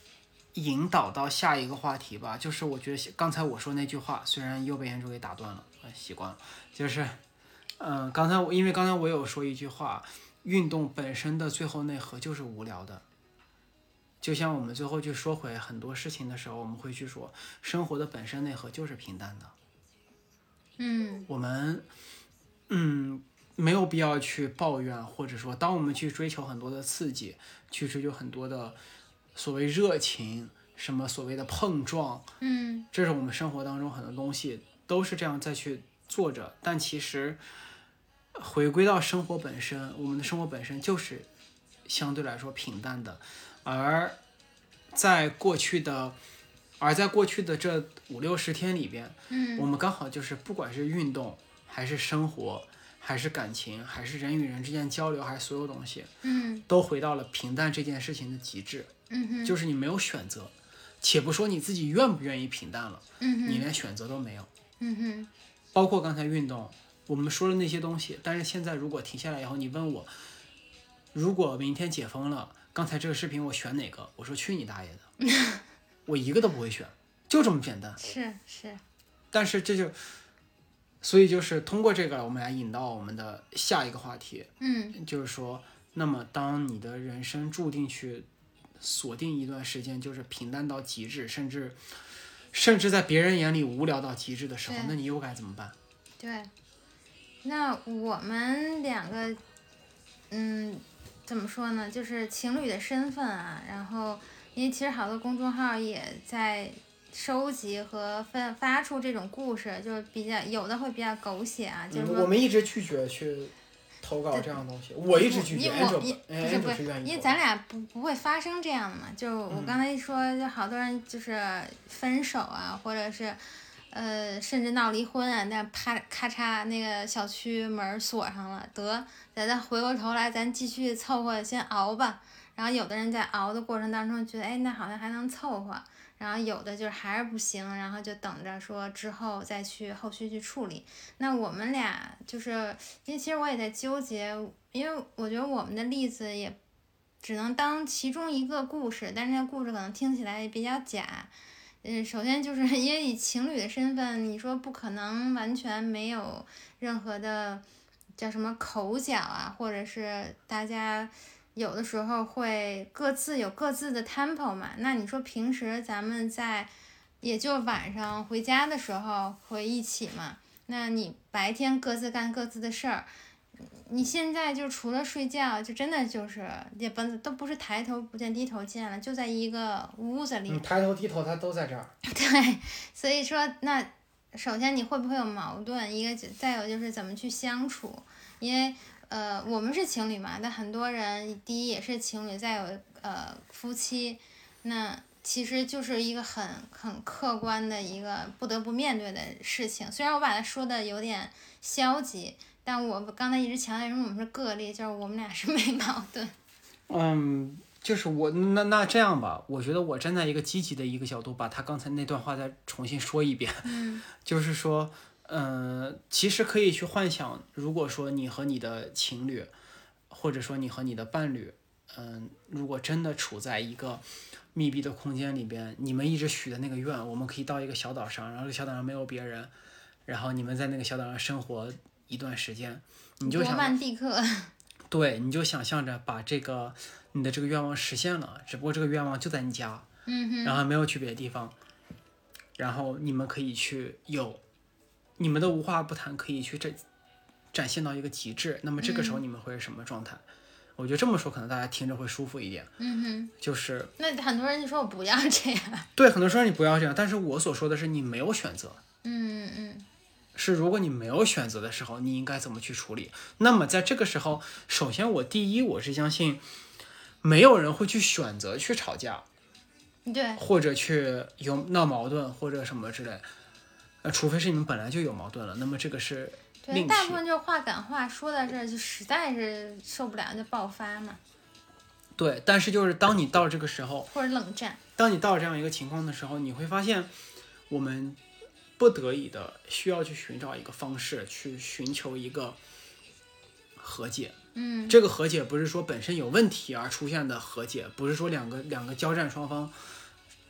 引导到下一个话题吧，就是我觉得刚才我说那句话，虽然又被彦祖给打断了，习惯了，就是刚才我有说一句话，运动本身的最后内核就是无聊的。就像我们最后去说回很多事情的时候，我们会去说生活的本身内核就是平淡的。我们没有必要去抱怨，或者说当我们去追求很多的刺激，去追求很多的所谓热情，什么所谓的碰撞，这是我们生活当中很多东西都是这样再去做着，但其实回归到生活本身，我们的生活本身就是相对来说平淡的。而在过去的这50-60天里边，我们刚好就是不管是运动还是生活还是感情还是人与人之间交流还是所有东西，都回到了平淡这件事情的极致。就是你没有选择，且不说你自己愿不愿意平淡了，你连选择都没有。包括刚才运动我们说了那些东西，但是现在如果停下来以后，你问我如果明天解封了，刚才这个视频我选哪个，我说去你大爷的我一个都不会选，就这么简单。 是但是所以就是通过这个我们来引到我们的下一个话题，就是说那么当你的人生注定去锁定一段时间就是平淡到极致，甚至在别人眼里无聊到极致的时候，那你又该怎么办？ 对，那我们两个怎么说呢，就是情侣的身份啊，然后因为其实好多公众号也在收集和发出这种故事，就是比较有的会比较狗血啊，就是说我们一直拒绝去投稿这样的东西，我一直拒绝。 不是，因为咱俩不会发生这样的嘛。就我刚才一说，就好多人就是分手啊，或者是甚至闹离婚啊，那咔嚓那个小区门锁上了，得咱再回过头来，咱继续凑合先熬吧。然后有的人在熬的过程当中觉得，哎，那好像还能凑合。然后有的就是还是不行，然后就等着说之后再去后续去处理。那我们俩就是因为其实我也在纠结，因为我觉得我们的例子也只能当其中一个故事，但是那故事可能听起来也比较假。首先就是因为以情侣的身份，你说不可能完全没有任何的叫什么口角啊，或者是大家有的时候会各自有各自的 tempo 嘛。那你说平时咱们也就晚上回家的时候会一起嘛，那你白天各自干各自的事儿，你现在就除了睡觉，就真的就是都不是抬头不见低头见了，就在一个屋子里， 抬头低头他都在这儿。 对，所以说那首先你会不会有矛盾，再有就是怎么去相处，因为我们是情侣嘛，但很多人第一也是情侣，再有夫妻，那其实就是一个很客观的一个不得不面对的事情。虽然我把它说的有点消极，但我刚才一直强调说我们是个例，就是我们俩是没矛盾。 就是那这样吧，我觉得我站在一个积极的一个角度，把他刚才那段话再重新说一遍。就是说其实可以去幻想，如果说你和你的情侣，或者说你和你的伴侣，如果真的处在一个密闭的空间里边，你们一直许的那个愿，我们可以到一个小岛上，然后这个小岛上没有别人，然后你们在那个小岛上生活一段时间，你就想罗曼蒂克。 对，你就想象着把你的这个愿望实现了，只不过这个愿望就在你家，然后没有去别的地方，然后你们可以去你们的无话不谈可以去展现到一个极致。那么这个时候你们会是什么状态？我觉得这么说可能大家听着会舒服一点。就是那很多人就说我不要这样。 对，很多人说你不要这样，但是我所说的是你没有选择。是如果你没有选择的时候，你应该怎么去处理？那么在这个时候，首先我是相信没有人会去选择去吵架， 对， 或者去闹矛盾或者什么之类，除非是你们本来就有矛盾了，那么这个是另对，大部分就是话赶话，说到这儿就实在是受不了就爆发嘛。 对，但是就是当你到这个时候， 或者冷战， 当你到这样一个情况的时候，你会发现我们不得已的需要去寻找一个方式，去寻求一个和解。这个和解不是说本身有问题而出现的和解，不是说两个交战双方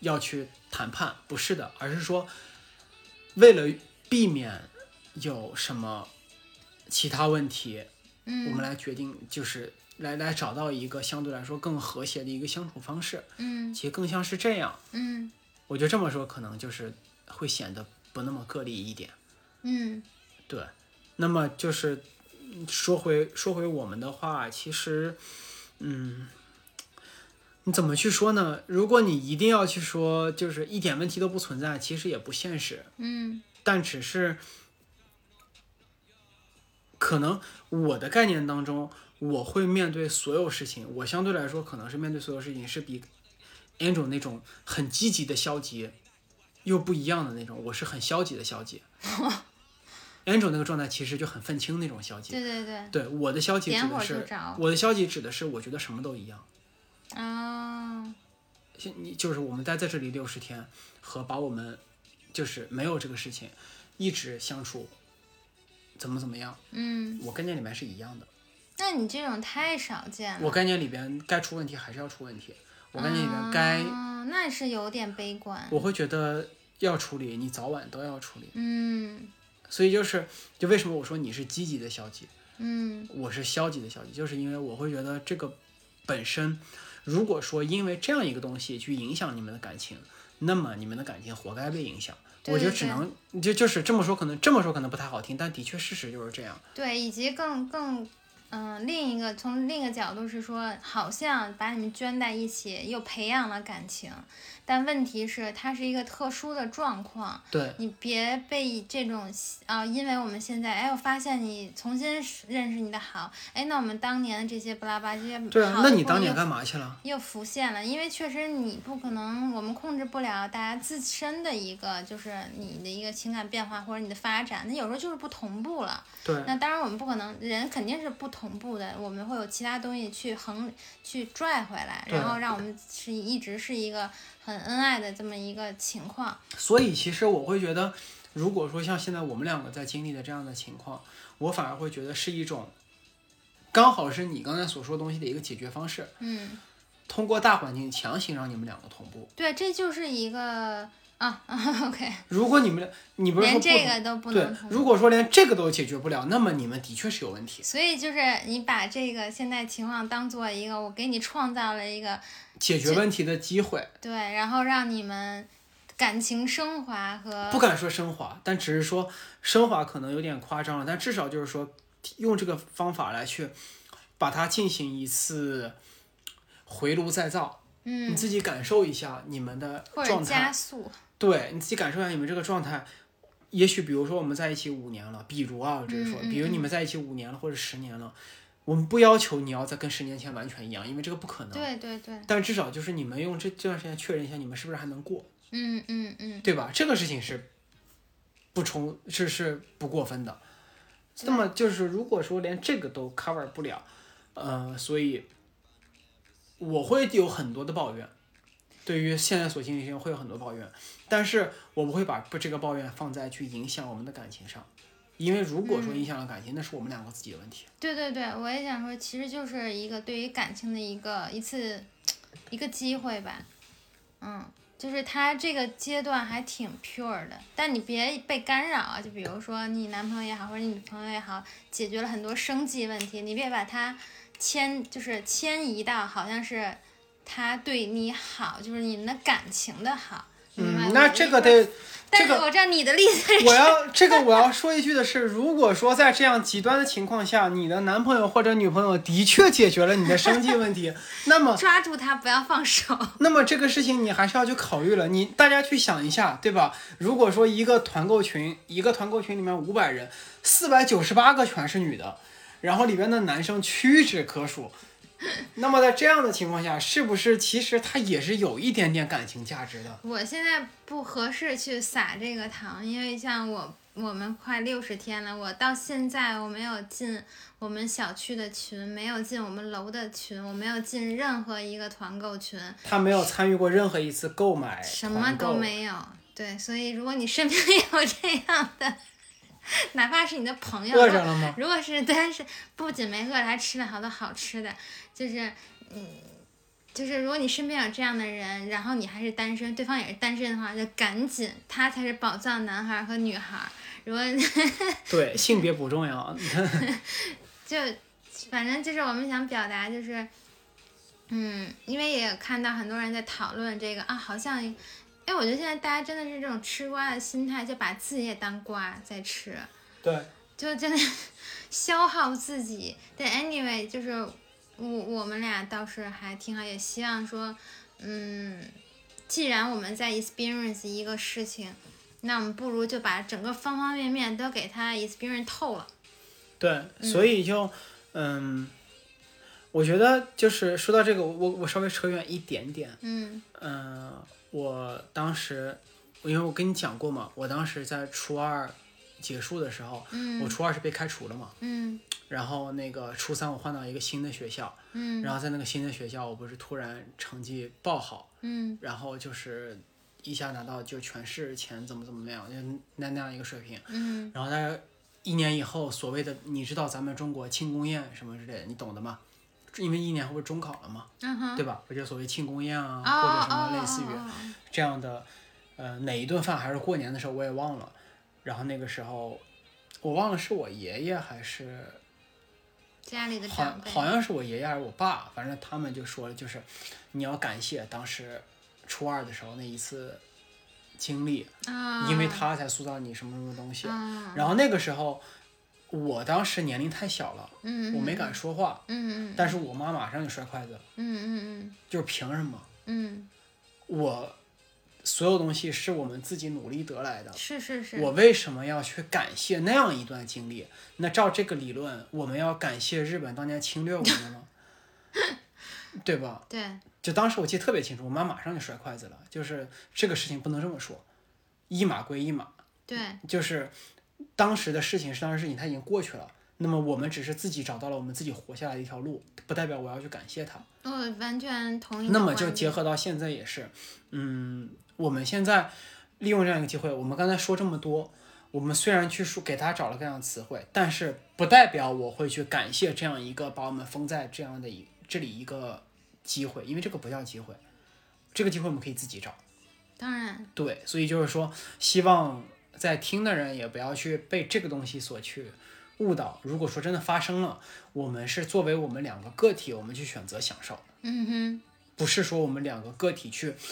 要去谈判，不是的，而是说为了避免有什么其他问题，我们来决定，就是来找到一个相对来说更和谐的一个相处方式。其实更像是这样。我觉得这么说可能就是会显得不那么个例一点。对。那么就是说回我们的话，其实，你怎么去说呢？如果你一定要去说，就是一点问题都不存在，其实也不现实。但只是可能我的概念当中，我会面对所有事情，我相对来说可能是面对所有事情是比 Angel 那种很积极的消极又不一样的那种，我是很消极的消极。Angel 那个状态其实就很愤青那种消极。对，我的消极指的是我觉得什么都一样。就是我们待在这里60天，和把我们就是没有这个事情一直相处怎么样，我概念里面是一样的。 那你这种太少见了。 我概念里边该出问题还是要出问题，我概念里边该那是有点悲观。 我会觉得要处理，你早晚都要处理。所以就为什么我说你是积极的消极，我是消极的消极，就是因为我会觉得这个本身，如果说因为这样一个东西去影响你们的感情，那么你们的感情活该被影响。我觉得只能就是这么说，可能不太好听，但的确事实就是这样。 对，以及更从另一个角度是说，好像把你们圈在一起，又培养了感情，但问题是它是一个特殊的状况。 对， 你别被这种因为我们现在我发现你重新认识你的好，那我们当年的这些不拉巴这些对啊，那你当年干嘛去了？ 又浮现了，因为确实你不可能，我们控制不了大家自身的一个就是你的一个情感变化或者你的发展，那有时候就是不同步了。 对， 那当然我们不可能，人肯定是不同步的，我们会有其他东西去拽回来，然后让我们一直是一个很恩爱的这么一个情况。 所以其实我会觉得，如果说像现在我们两个在经历的这样的情况，我反而会觉得是一种刚好是你刚才所说的东西的一个解决方式。通过大环境强行让你们两个同步。 对，这就是一个OK。 如果你不是说连这个都不能同步， 如果说连这个都解决不了，那么你们的确是有问题。 所以就是你把这个现在情况当做一个我给你创造了一个解决问题的机会。 对，然后让你们感情升华和不敢说升华，但只是说升华可能有点夸张了，但至少就是说用这个方法来去把它进行一次回炉再造。你自己感受一下你们的状态， 或者加速。 对，你自己感受一下你们这个状态。也许比如说我们在一起5年了，比如我只是说，比如你们在一起5年了或者10年了，我们不要求你要再跟10年前完全一样，因为这个不可能。 对。 但至少就是你们用这段时间确认一下你们是不是还能过。 对吧？这个事情是不过分的。那么就是如果说连这个都 cover 不了，所以我会有很多的抱怨，对于现在所经历的事情会有很多抱怨，但是我不会把这个抱怨放在去影响我们的感情上，因为如果说影响了感情，那是我们两个自己的问题。 对，我也想说，其实就是一个对于感情的一个机会吧。就是他这个阶段还挺 pure 的，但你别被干扰啊。就比如说你男朋友也好，或者你女朋友也好，解决了很多生计问题，你别把它迁移到好像是他对你好，就是你们的感情的好。 那这个得， 但是我知道你的例子是， 我要说一句的是，如果说在这样极端的情况下，你的男朋友或者女朋友的确解决了你的生计问题，那么抓住他不要放手。 那么这个事情你还是要去考虑了。大家去想一下，对吧？如果说一个团购群里面500人，498个全是女的，然后里边的男生屈指可数。那么在这样的情况下，是不是其实它也是有一点点感情价值的？ 我现在不合适去撒这个糖，因为像我们快60天了，我到现在我没有进我们小区的群，没有进我们楼的群，我没有进任何一个团购群。 他没有参与过任何一次购买， 什么都没有。对，所以如果你身边有这样的，哪怕是你的朋友， 饿着了吗？ 如果是，但是不仅没饿着，还吃了好多好吃的，就是就是如果你身边有这样的人，然后你还是单身，对方也是单身的话，就赶紧，他才是宝藏男孩和女孩。如果对，性别不重要。 就反正就是我们想表达就是，因为也有看到很多人在讨论这个啊，好像，我觉得现在大家真的是这种吃瓜的心态，就把自己也当瓜在吃。 对。 就真的消耗自己。但 anyway， 就是我们俩倒是还挺好，也希望说，既然我们在 experience 一个事情，那我们不如就把整个方方面面都给它 experience 透了。 对，所以就我觉得就是说到这个，我稍微扯远一点点。我当时因为我跟你讲过嘛，我当时在初二结束的时候，我初二是被开除了嘛，然后那个初三我换到一个新的学校，然后在那个新的学校，我不是突然成绩爆好，然后就是一下拿到就全市前怎么样，就那样一个水平，然后大概1年以后，所谓的你知道咱们中国庆功宴什么之类的，你懂的吗？因为1年后不是中考了嘛，对吧？不就所谓庆功宴啊，或者什么类似于这样的，哪一顿饭还是过年的时候我也忘了。然后那个时候，我忘了是我爷爷还是家里的长辈， 好像是我爷爷还是我爸，反正他们就说了，就是你要感谢当时初二的时候那一次经历，因为他才塑造你什么什么东西。然后那个时候，我当时年龄太小了，我没敢说话，但是我妈马上就摔筷子，就是凭什么？我所有东西是我们自己努力得来的， 是， 我为什么要去感谢那样一段经历？那照这个理论，我们要感谢日本当年侵略我们吗？对吧？ 对。 就当时我记得特别清楚，我妈马上就摔筷子了，就是这个事情不能这么说，一码归一码。 对。 就是当时的事情是当时事情，它已经过去了。那么我们只是自己找到了我们自己活下来的一条路，不代表我要去感谢他。 我完全同意。 那么就结合到现在也是，我们现在利用这样一个机会，我们刚才说这么多，我们虽然去说给他找了各样的词汇，但是不代表我会去感谢这样一个把我们封在这样的这里一个机会，因为这个不叫机会，这个机会我们可以自己找。 当然。 对，所以就是说，希望在听的人也不要去被这个东西所去误导。如果说真的发生了，我们是作为我们2个个体，我们去选择享受。不是说我们2个个体去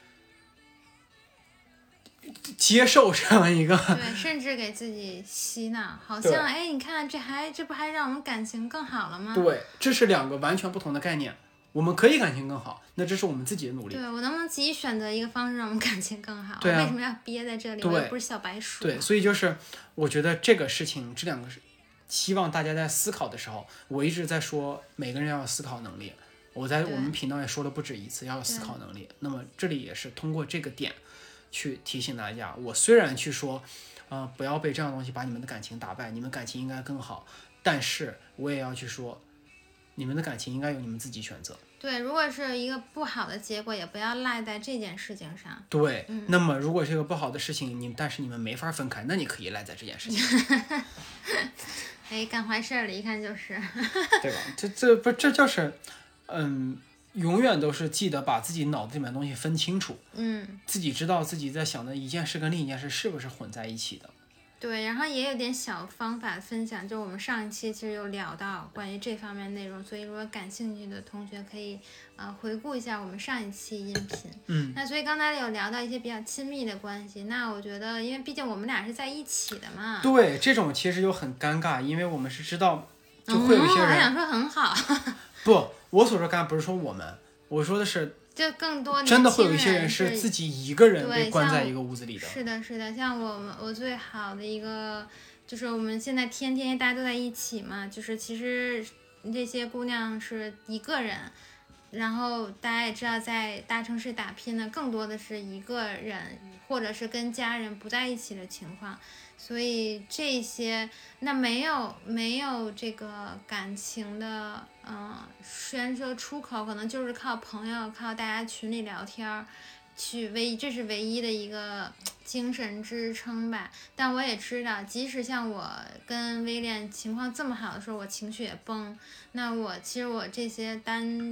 接受这样一个， 对，甚至给自己洗脑，好像你看这不还让我们感情更好了吗？ 对，这是2个完全不同的概念。我们可以感情更好，那这是我们自己的努力。 对，我能不能自己选择一个方式让我们感情更好？ 对啊， 我为什么要憋在这里？我又不是小白鼠。 对，所以就是我觉得这个事情，这2个是希望大家在思考的时候，我一直在说每个人要有思考能力。我在我们频道也说了不止一次，要有思考能力。那么这里也是通过这个点去提醒大家，我虽然去说，不要被这样的东西把你们的感情打败，你们感情应该更好，但是我也要去说，你们的感情应该由你们自己选择。 对，如果是一个不好的结果，也不要赖在这件事情上。 对，那么如果是一个不好的事情，但是你们没法分开，那你可以赖在这件事情上。 干坏事了，一看就是。 对吧？这就是，永远都是记得把自己脑子里面的东西分清楚，自己知道自己在想的一件事跟另一件事是不是混在一起的。 对，然后也有点小方法分享，就我们上一期其实有聊到关于这方面内容，所以如果感兴趣的同学可以回顾一下我们上一期音频。那所以刚才有聊到一些比较亲密的关系，那我觉得因为毕竟我们俩是在一起的嘛。 对，这种其实就很尴尬，因为我们是知道就会有一些人。 我还想说很好。 不，我所说尴尬不是说我们，我说的是。 就更多真的会有一些人是自己一个人被关在一个屋子里的。 是的，像我最好的一个，就是我们现在天天大家都在一起嘛，就是其实这些姑娘是一个人，然后大家也知道，在大城市打拼的更多的是一个人，或者是跟家人不在一起的情况。所以这些那没有这个感情的宣说出口，可能就是靠朋友，靠大家群里聊天这是唯一的一个精神支撑吧。但我也知道，即使像我跟威廉情况这么好的时候，我情绪也崩。那其实我这些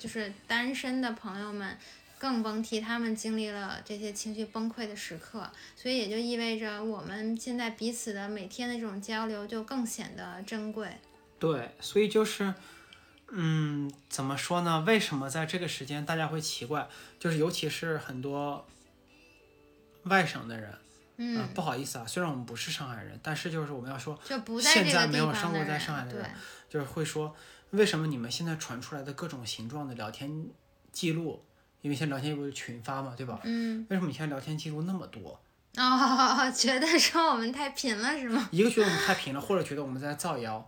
就是单身的朋友们更甭提他们经历了这些情绪崩溃的时刻，所以也就意味着我们现在彼此的每天的这种交流就更显得珍贵。 对，所以就是怎么说呢？为什么在这个时间大家会奇怪？就是尤其是很多外省的人，不好意思啊，虽然我们不是上海人，但是就是我们要说， 就不在现这个地在没有生方的人， 活在上海的对人，就是会说，为什么你们现在传出来的各种形状的聊天记录，因为现在聊天记录是群发嘛，对吧？为什么你现在聊天记录那么多？ 觉得说我们太贫了是吗？ 一个觉得我们太贫了，或者觉得我们在造谣，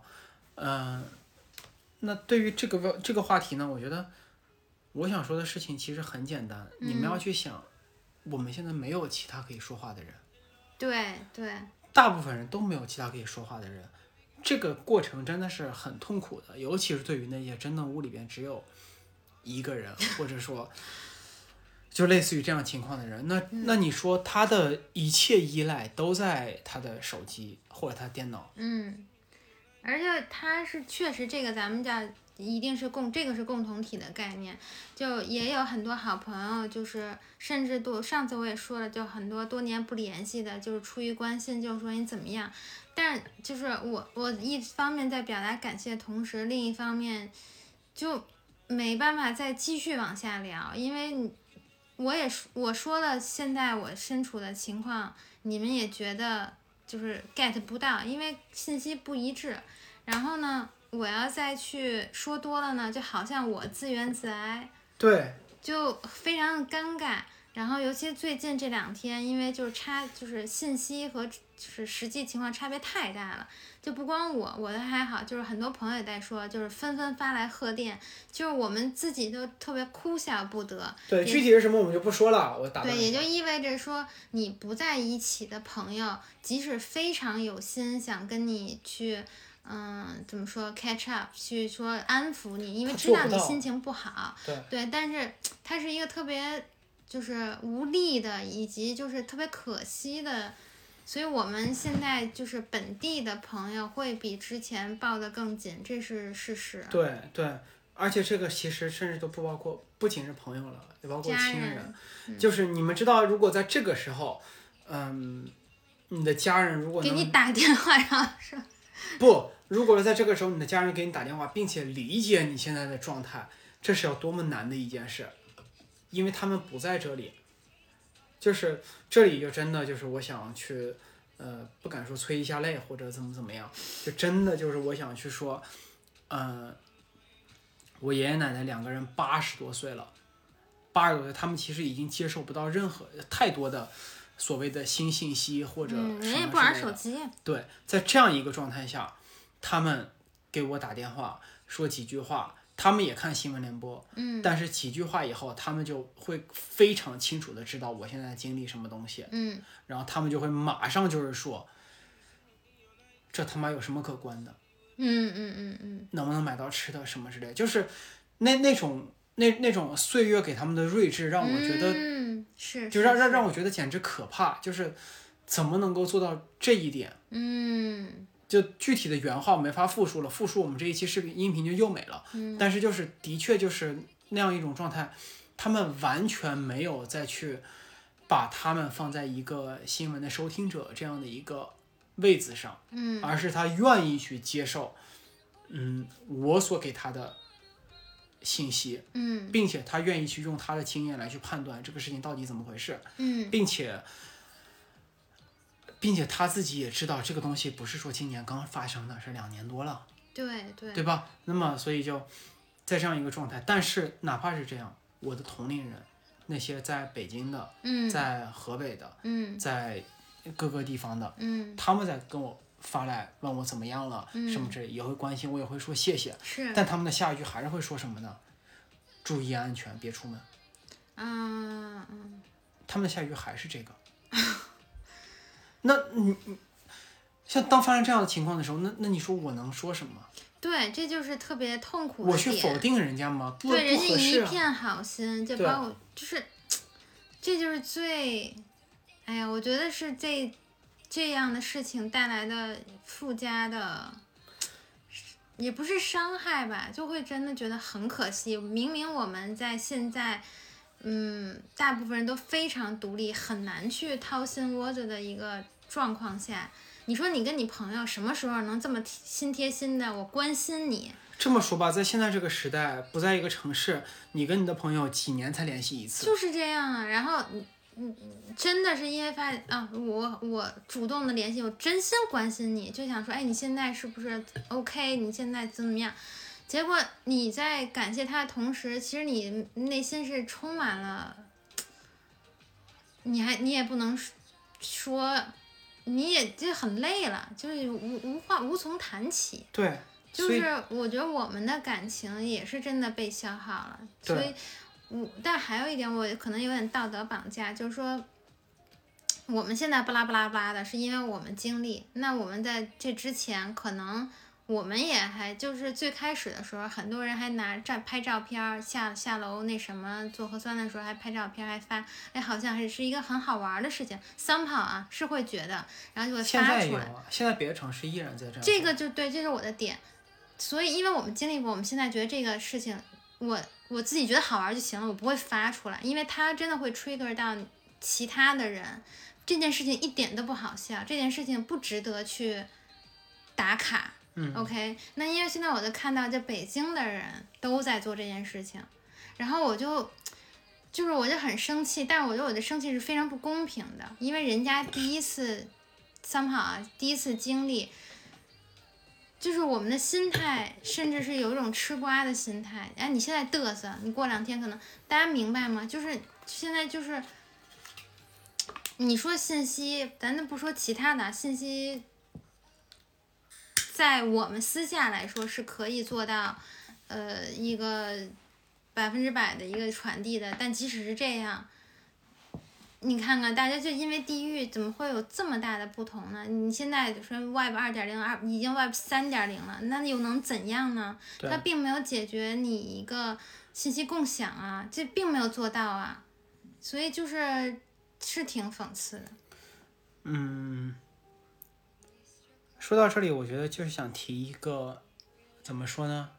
那对于这个话题呢，我觉得我想说的事情其实很简单，你们要去想，我们现在没有其他可以说话的人， 对对， 大部分人都没有其他可以说话的人，这个过程真的是很痛苦的，尤其是对于那些真的屋里边只有一个人，或者说就类似于这样情况的人，那你说他的一切依赖都在他的手机或者他电脑， 而且他是确实这个咱们叫一定是这个是共同体的概念，就也有很多好朋友，就是甚至上次我也说了，就很多多年不联系的，就是出于关心，就说你怎么样，但就是我一方面在表达感谢的同时，另一方面没办法再继续往下聊，因为我说了现在我身处的情况，你们也觉得就是 get 不到，因为信息不一致。然后呢，我要再去说多了呢，就好像我自怨自艾， 对， 就非常尴尬。然后尤其最近这2天，因为就是信息和就是实际情况差别太大了，就不光我的还好，就是很多朋友也在说，就是纷纷发来贺电，就是我们自己都特别哭笑不得。 对，具体是什么我们就不说了，我打断一下。 对，也就意味着说，你不在一起的朋友，即使非常有心想跟你去，怎么说 catch up， 去说安抚你，因为知道你心情不好，对，但是他是一个特别就是无力的，以及就是特别可惜的，所以我们现在就是本地的朋友会比之前抱得更紧，这是事实。 对对，而且这个其实甚至都不仅是朋友了，也包括亲人。就是你们知道，如果在这个时候，你的家人如果能给你打电话，然后说不，如果是在这个时候你的家人给你打电话，并且理解你现在的状态，这是要多么难的一件事，因为他们不在这里。就是这里就真的就是我想去，不敢说催一下泪或者怎么样，就真的就是我想去说，我爷爷奶奶2个人80多岁了，80多岁，他们其实已经接受不到任何太多的所谓的新信息或者什么之类的， 人也不玩手机。 对，在这样一个状态下，他们给我打电话说几句话。他们也看新闻联播，但是几句话以后，他们就会非常清楚的知道我现在经历什么东西，然后他们就会马上就是说，这他妈有什么可关的，能不能买到吃的什么之类，就是那种岁月给他们的睿智，让我觉得，就让我觉得简直可怕，就是怎么能够做到这一点，就具体的原话我没法复述了，复述我们这一期视频音频就又没了。但是就是的确就是那样一种状态，他们完全没有再去把他们放在一个新闻的收听者这样的一个位子上，而是他愿意去接受，我所给他的信息，并且他愿意去用他的经验来去判断这个事情到底怎么回事，并且他自己也知道这个东西不是说今年刚发生的，是2年多了，对吧？那么所以就在这样一个状态，但是哪怕是这样，我的同龄人，那些在北京的，在河北的，在各个地方的，他们在跟我发来问我怎么样了，什么之类，也会关心，我也会说谢谢，但他们的下一句还是会说什么呢？注意安全，别出门。他们的下一句还是这个。那你像当发生这样的情况的时候，那你说我能说什么？ 对，这就是特别痛苦的点。 我去否定人家吗？不合适啊。 对，人家一片好心，就把我就是这就是最，哎呀，我觉得是这样的事情带来的附加的也不是伤害吧，就会真的觉得很可惜。明明我们在现在，大部分人都非常独立，很难去掏心窝子的一个状况下，你说你跟你朋友什么时候能这么心贴心的我关心你？ 这么说吧，在现在这个时代，不在一个城市，你跟你的朋友几年才联系一次？ 就是这样啊。然后真的是因为发现啊，我主动的联系，我真心关心你，就想说，哎，你现在是不是 OK？ 你现在怎么样？结果你在感谢他的同时，其实你内心是充满了，你也不能说，你也就很累了，就是无从谈起。 对， 就是我觉得我们的感情也是真的被消耗了，所以但还有一点，我可能有点道德绑架，就是说，我们现在巴拉巴拉巴拉的，是因为我们经历。那我们在这之前，可能我们也还就是最开始的时候，很多人还拍照片，下楼那什么做核酸的时候还拍照片，还发，哎，好像是一个很好玩的事情。somehow 啊，是会觉得，然后就会发出来。 现在别的城市依然在这样。 这个就对，这是我的点。所以，因为我们经历过，我们现在觉得这个事情，我自己觉得好玩就行了，我不会发出来，因为它真的会 trigger 到其他的人。这件事情一点都不好笑，这件事情不值得去打卡。OK， 那因为现在我就看到在北京的人都在做这件事情，然后我就很生气，但是我觉得我的生气是非常不公平的，因为人家第一次经历。就是我们的心态，甚至是有一种吃瓜的心态。哎，你现在嘚瑟，你过2天可能大家明白吗？就是现在就是你说信息，咱都不说其他的信息，在我们私下来说是可以做到一个100%的一个传递的，但即使是这样。你看看，大家就因为地域怎么会有这么大的不同呢？你现在说 Web 2.0，已经 Web 3.0了，那又能怎样呢？它并没有解决你一个信息共享啊，这并没有做到啊，所以是挺讽刺的。 说到这里，我觉得就是想提一个，怎么说呢？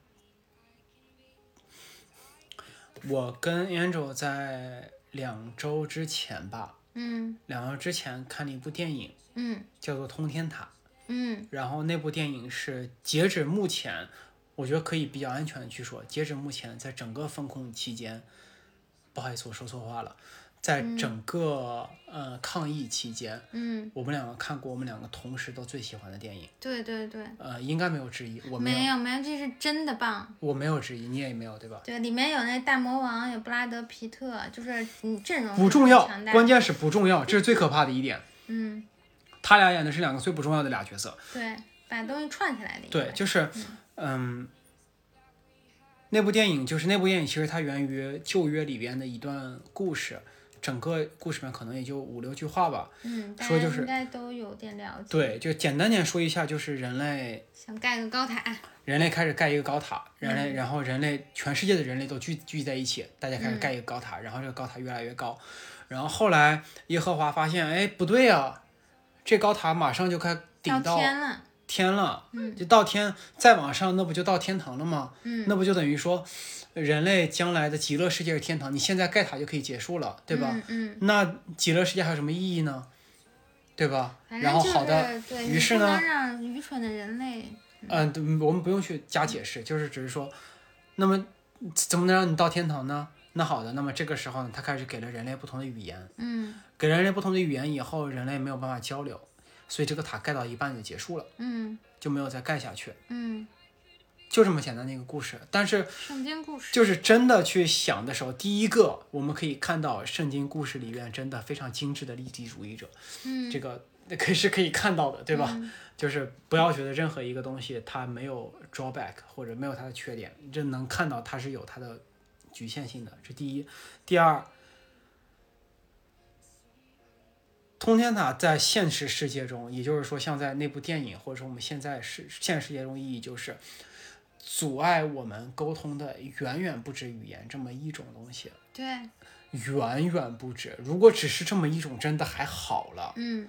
我跟 Angel 在2周之前吧，2周之前看了一部电影，叫做《通天塔》，然后那部电影是截止目前，我觉得可以比较安全的去说，截止目前在整个封控期间，不好意思，我说错话了，在整个抗疫期间，我们2个看过我们2个同时都最喜欢的电影。 对对对。 应该没有质疑，我没有，这是真的棒。 我没有质疑，你也没有，对吧？ 对，里面有那大魔王，有布拉德皮特，就是阵容不重要，关键是不重要，这是最可怕的一点。他俩演的是2个最不重要的俩角色。 对，把东西串起来的。 对，就是那部电影其实它源于旧约里边的一段故事，整个故事里面可能也就5-6句话吧。说就是应该都有点了解。 对，就简单点说一下，就是人类想盖个高塔， 人类开始盖一个高塔，然后全世界的人类都聚在一起，大家开始盖一个高塔，然后这个高塔越来越高，然后后来耶和华发现，哎，不对啊，这高塔马上就开顶到天了，就到天，再往上那不就到天堂了吗？那不就等于说人类将来的极乐世界是天堂，你现在盖塔就可以结束了，对吧？那极乐世界还有什么意义呢？对吧？然后好的，于是呢， 不能让愚蠢的人类， 我们不用去加解释，只是说，那么怎么能让你到天堂呢？那好的，那么这个时候呢，他开始给了人类不同的语言，给人类不同的语言以后，人类没有办法交流，所以这个塔盖到一半就结束了，就没有再盖下去，就这么简单的一个故事。但是圣经故事就是真的去想的时候，第一个我们可以看到圣经故事里面真的非常精致的利己主义者，这个是可以看到的，对吧？就是不要觉得任何一个东西它没有 drawback 或者没有它的缺点，这能看到它是有它的局限性的，这第一。第二，通天塔在现实世界中，也就是说像在那部电影或者说我们现在现实世界中意义就是阻碍我们沟通的远远不止语言这么一种东西。 对， 远远不止。如果只是这么一种真的还好了，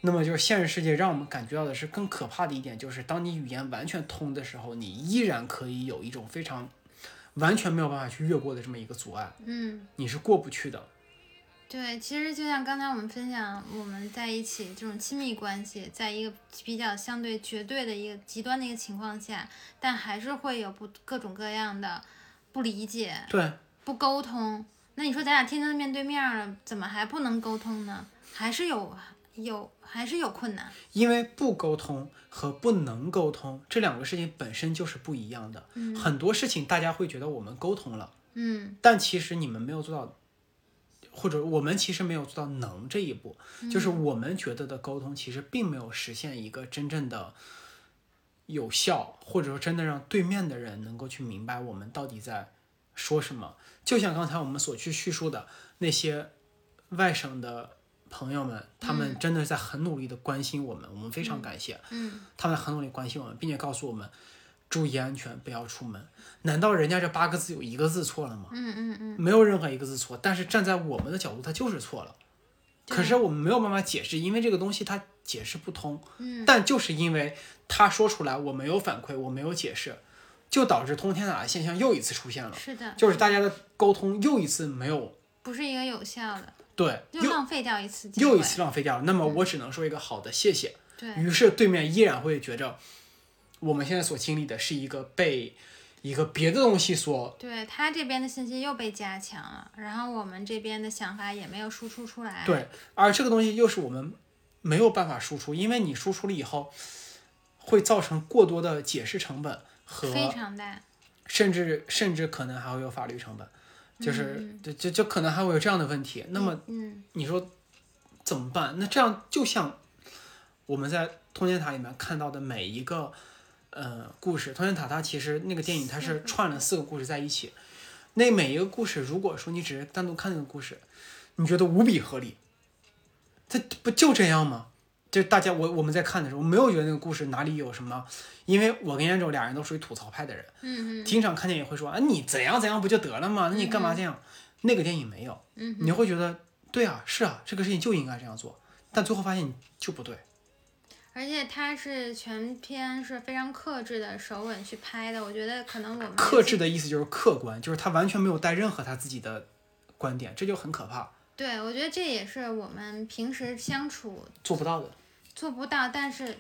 那么就是现实世界让我们感觉到的是更可怕的一点，就是当你语言完全通的时候，你依然可以有一种非常完全没有办法去越过的这么一个阻碍，你是过不去的。 对，其实就像刚才我们分享，我们在一起这种亲密关系，在一个比较相对绝对的一个极端的一个情况下，但还是会有各种各样的不理解， 对， 不沟通。那你说咱俩天天面对面了，怎么还不能沟通呢？还是有困难。 因为不沟通和不能沟通这两个事情本身就是不一样的。很多事情大家会觉得我们沟通了，但其实你们没有做到。或者我们其实没有做到能这一步，就是我们觉得的沟通其实并没有实现一个真正的有效，或者说真的让对面的人能够去明白我们到底在说什么。就像刚才我们所去叙述的那些外省的朋友们，他们真的在很努力的关心我们，我们非常感谢。他们很努力关心我们，并且告诉我们注意安全，不要出门。难道人家这8个字有一个字错了吗？没有任何一个字错，但是站在我们的角度，它就是错了。可是我们没有办法解释，因为这个东西它解释不通。但就是因为他说出来，我没有反馈，我没有解释，就导致通天塔的现象又一次出现了。 是的， 就是大家的沟通又一次没有， 不是一个有效的。 对， 又浪费掉一次机会， 又一次浪费掉了。那么我只能说一个好的谢谢。 对， 于是对面依然会觉着我们现在所经历的是一个被一个别的东西所， 对，他这边的信息又被加强了，然后我们这边的想法也没有输出出来。 对，而这个东西又是我们没有办法输出，因为你输出了以后会造成过多的解释成本和非常大， 甚至可能还会有法律成本，就是就可能还会有这样的问题。那么你说怎么办？那这样就像我们在通天塔里面看到的每一个故事，通天塔它其实那个电影它是串了4个故事在一起，那每一个故事如果说你只是单独看那个故事，你觉得无比合理，它不就这样吗？就大家我们在看的时候，我没有觉得那个故事哪里有什么，因为我跟燕州俩人都属于吐槽派的人，经常看见也会说啊你怎样怎样不就得了吗？那你干嘛这样？那个电影没有，你会觉得对啊是啊，这个事情就应该这样做，但最后发现你就不对。 而且它是全篇是非常克制的手吻去拍的，我觉得可能我们克制的意思就是客观，就是他完全没有带任何他自己的观点，这就很可怕。 对，我觉得这也是我们平时相处做不到的。 做不到，但是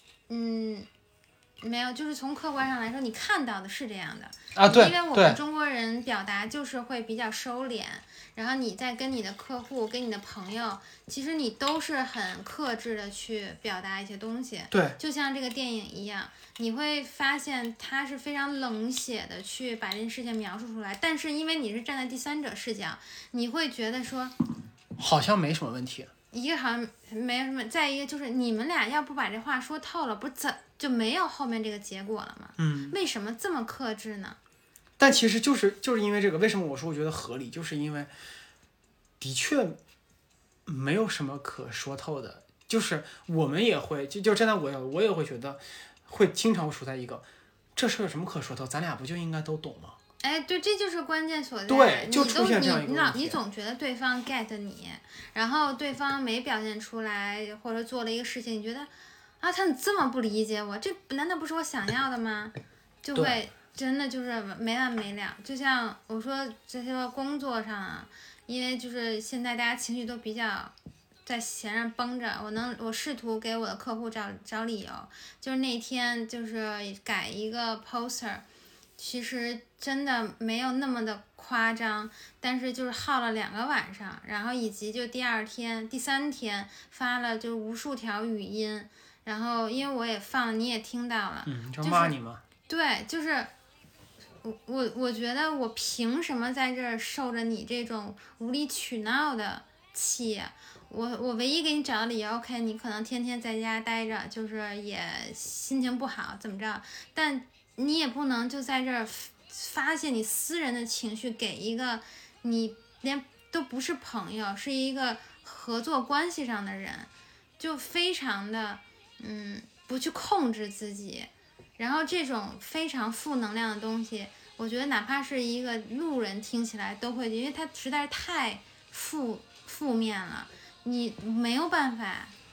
没有，就是从客观上来说，你看到的是这样的啊，对， 因为我们中国人表达就是会比较收敛，然后你在跟你的客户、跟你的朋友，其实你都是很克制的去表达一些东西。 对， 就像这个电影一样，你会发现它是非常冷血的去把这件事情描述出来，但是因为你是站在第三者视角，你会觉得说好像没什么问题。 一个好像没有什么，再一个就是你们俩要不把这话说透了，不是就没有后面这个结果了吗？为什么这么克制呢？ 但其实就是因为这个，为什么我说我觉得合理，就是因为的确没有什么可说透的，就是我们也会就站在我也会觉得会经常处在一个这事有什么可说透，咱俩不就应该都懂吗？ 哎，对，这就是关键所在。 对，就出现这样一个问题。 你总觉得对方 get 你，然后对方没表现出来，或者做了一个事情，你觉得啊，他怎么这么不理解我？这难道不是我想要的吗？就会真的就是没完没了。就像我说这些工作上啊，因为就是现在大家情绪都比较在弦上绷着，我试图给我的客户找理由，就是那天就是改一个 poster。其实真的没有那么的夸张，但是就是耗了2个晚上，然后以及就第2天、第3天发了就无数条语音，然后因为我也放，你也听到了， 就骂你吗？ 对，就是我觉得我凭什么在这儿受着你这种无理取闹的气？我唯一给你找的理由 ，OK， 你可能天天在家待着，就是也心情不好，怎么着？但你也不能就在这儿发泄你私人的情绪给一个你连都不是朋友，是一个合作关系上的人，就非常的不去控制自己，然后这种非常负能量的东西，我觉得哪怕是一个路人听起来都会，因为它实在是太负面了，你没有办法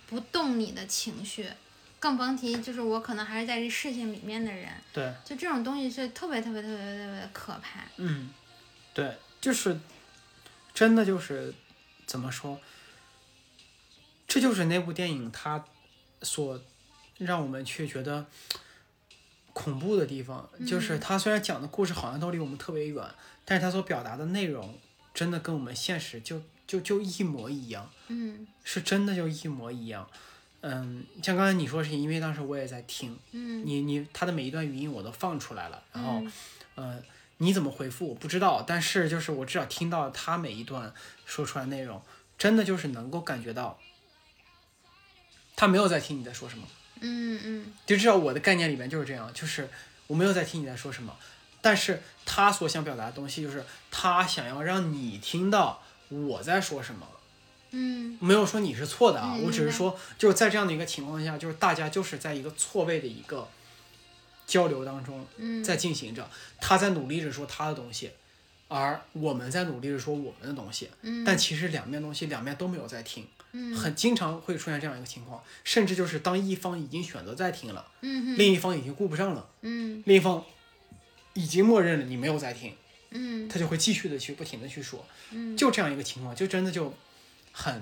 不动你的情绪，更甭提就是我可能还是在这事情里面的人。 对， 就这种东西是特别特别特别特别可怕。 对，就是真的就是怎么说，这就是那部电影它所让我们去觉得恐怖的地方，就是它虽然讲的故事好像都离我们特别远，但是它所表达的内容真的跟我们现实就一模一样，是真的就一模一样。像刚才你说是因为当时我也在听，他的每一段语音我都放出来了，然后你怎么回复我不知道，但是就是我至少听到他每一段说出来的内容，真的就是能够感觉到他没有在听你在说什么。就至少我的概念里面就是这样，就是我没有在听你在说什么，但是他所想表达的东西就是他想要让你听到我在说什么。没有说你是错的啊，我只是说就是在这样的一个情况下，就是大家就是在一个错位的一个交流当中在进行着，他在努力着说他的东西，而我们在努力着说我们的东西，但其实两面东西两面都没有在听。很经常会出现这样一个情况，甚至就是当一方已经选择在听了，另一方已经顾不上了，另一方已经默认了你没有在听，他就会继续的去不停的去说，就这样一个情况，就真的就很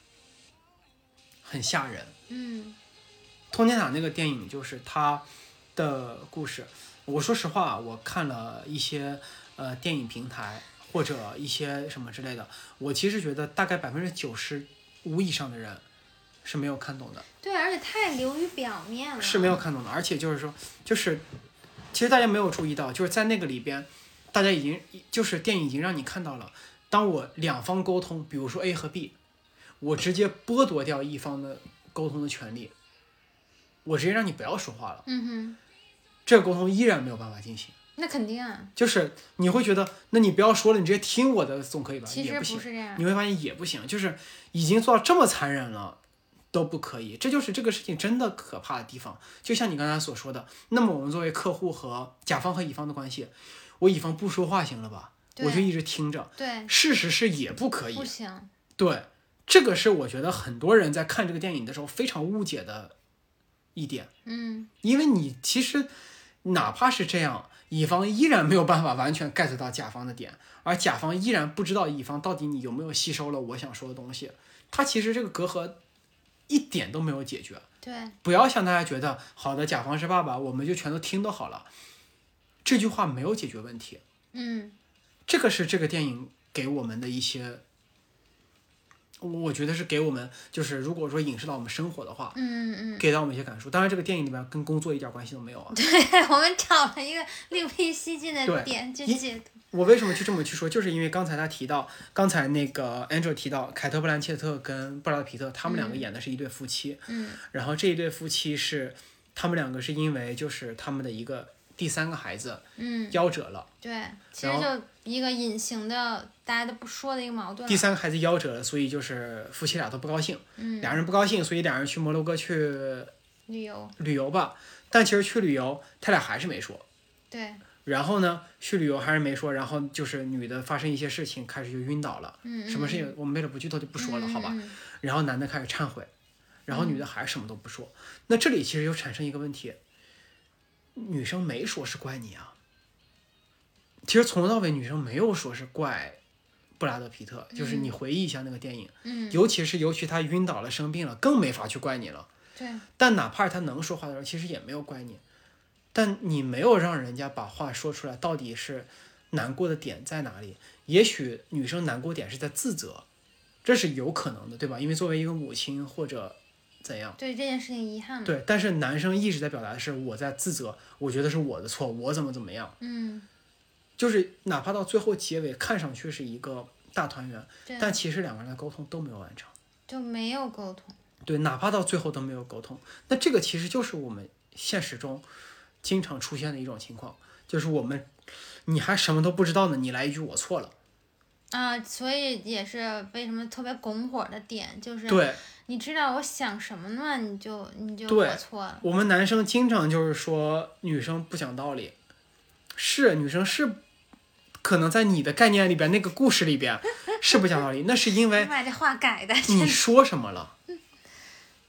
吓人。通天塔那个电影就是他的故事，我说实话，我看了一些电影平台或者一些什么之类的，我其实觉得大概95%以上的人是没有看懂的。 对，而且太流于表面了， 是没有看懂的。而且就是说，就是其实大家没有注意到，就是在那个里边，大家已经就是电影已经让你看到了，当我两方沟通，比如说 A 和 B， 我直接剥夺掉一方的沟通的权利，我直接让你不要说话了，这个沟通依然没有办法进行。 那肯定啊， 就是你会觉得，那你不要说了，你直接听我的总可以吧？ 其实不行， 不是这样， 你会发现也不行，就是已经做到这么残忍了都不可以，这就是这个事情真的可怕的地方。就像你刚才所说的，那么我们作为客户和甲方和乙方的关系，我乙方不说话行了吧？我就一直听着。 对， 事实是也不可以， 不行。 对，这个是我觉得很多人在看这个电影的时候非常误解的一点。因为你其实哪怕是这样，乙方依然没有办法完全 get 到甲方的点，而甲方依然不知道乙方到底你有没有吸收了我想说的东西。他其实这个隔阂一点都没有解决。 对， 不要像大家觉得好的甲方是爸爸，我们就全都听都好了，这句话没有解决问题。这个是这个电影给我们的一些，我觉得是给我们，就是如果说影视到我们生活的话，给到我们一些感受。当然这个电影里面跟工作一点关系都没有啊。 对，我们找了一个另辟蹊径的点去解读。 我为什么去这么去说，就是因为刚才他提到，刚才那个 Angel 提到凯特·布兰切特跟布拉德·皮特他们两个演的是一对夫妻，然后这一对夫妻是他们两个是因为就是他们的一个第三个孩子夭折了， 对，其实就一个隐形的大家都不说的一个矛盾。 第三个孩子夭折了，所以就是夫妻俩都不高兴，俩人不高兴，所以俩人去摩洛哥去旅游吧。但其实去旅游他俩还是没说。 对。 然后呢，去旅游还是没说，然后就是女的发生一些事情，开始就晕倒了。什么事情我们为了不剧透就不说了，好吧？然后男的开始忏悔，然后女的还是什么都不说。那这里其实就产生一个问题，女生没说是怪你啊。其实从头到尾女生没有说是怪布拉德皮特，就是你回忆一下那个电影，尤其他晕倒了生病了，更没法去怪你了。 对。 但哪怕他能说话的时候，其实也没有怪你。但你没有让人家把话说出来，到底是难过的点在哪里？也许女生难过点是在自责，这是有可能的，对吧？因为作为一个母亲或者怎样， 对这件事情遗憾嘛。 对，但是男生一直在表达的是我在自责，我觉得是我的错，我怎么样。就是哪怕到最后结尾看上去是一个大团圆，但其实两个人的沟通都没有完成， 就没有沟通。 对，哪怕到最后都没有沟通，那这个其实就是我们现实中经常出现的一种情况，就是你还什么都不知道呢，你来一句我错了啊，所以也是为什么特别拱火的点，就是对， 你知道我想什么呢，你就我错了。 我们男生经常就是说女生不讲道理，是女生是可能在你的概念里边那个故事里边是不讲道理，那是因为把这话改的， 你说什么了？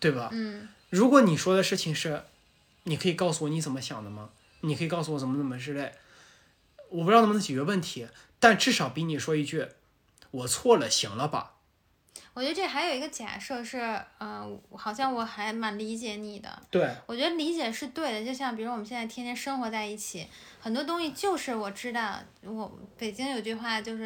对吧？如果你说的事情是，你可以告诉我你怎么想的吗？你可以告诉我怎么之类，我不知道能不能解决问题，但至少比你说一句我错了，行了吧？ 我觉得这还有一个假设是，好像我还蛮理解你的。 对， 我觉得理解是对的，就像比如我们现在天天生活在一起，很多东西就是我知道，北京有句话就是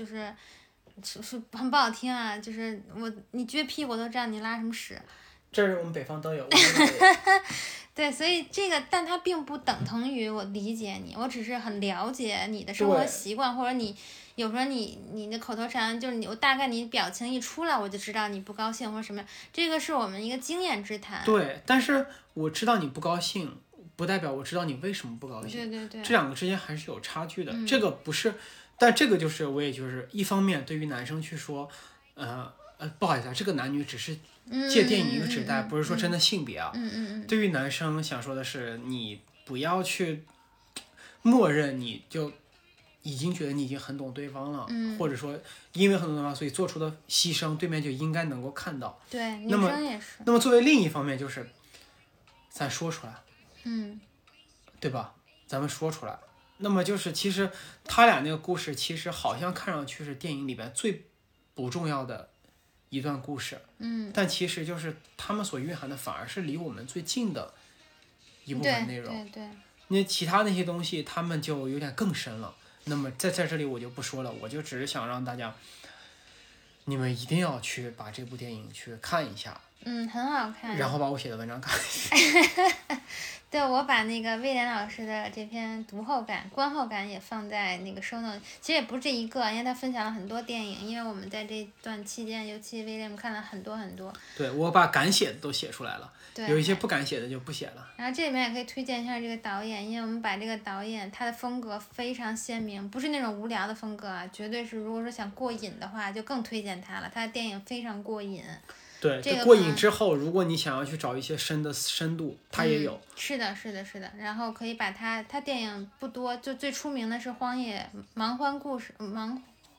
很不好听啊，就是你撅屁股都知道你拉什么屎。 这是我们北方都有。 对，所以这个，但它并不等同于我理解你，我只是很了解你的生活习惯，或者你有时候你的口头禅就是我大概你表情一出来，我就知道你不高兴或者什么，这个是我们一个经验之谈。 对，但是我知道你不高兴，不代表我知道你为什么不高兴。 对， 这两个之间还是有差距的。这个不是，但这个就是我也就是一方面对于男生去说，不好意思啊，这个男女只是借电影一个指代，不是说真的性别啊。对于男生想说的是，你不要去默认你就已经觉得你已经很懂对方了，或者说因为很懂对方，所以做出的牺牲，对面就应该能够看到。 对，女生也是。 那么作为另一方面，就是咱说出来，对吧？咱们说出来。那么就是其实他俩那个故事，其实好像看上去是电影里边最不重要的一段故事，但其实就是他们所蕴含的反而是离我们最近的一部分内容。 对， 因为其他那些东西他们就有点更深了。那么在这里我就不说了，我就只是想让大家，你们一定要去把这部电影去看一下， 很好看， 然后把我写的文章看一下。 对，我把那个威廉老师的这篇观后感也放在那个show note，其实也不是这一个，因为他分享了很多电影，因为我们在这段期间，尤其威廉看了很多。 对，我把敢写的都写出来了， 对， 有一些不敢写的就不写了。 然后这里面也可以推荐一下这个导演，因为我们把这个导演他的风格非常鲜明，不是那种无聊的风格啊，绝对是如果说想过瘾的话，就更推荐他了，他的电影非常过瘾。 对， 这个过瘾之后，如果你想要去找一些深度，它也有。 是的。然后可以把他电影不多，就最出名的是《荒野蛮荒故事》蛮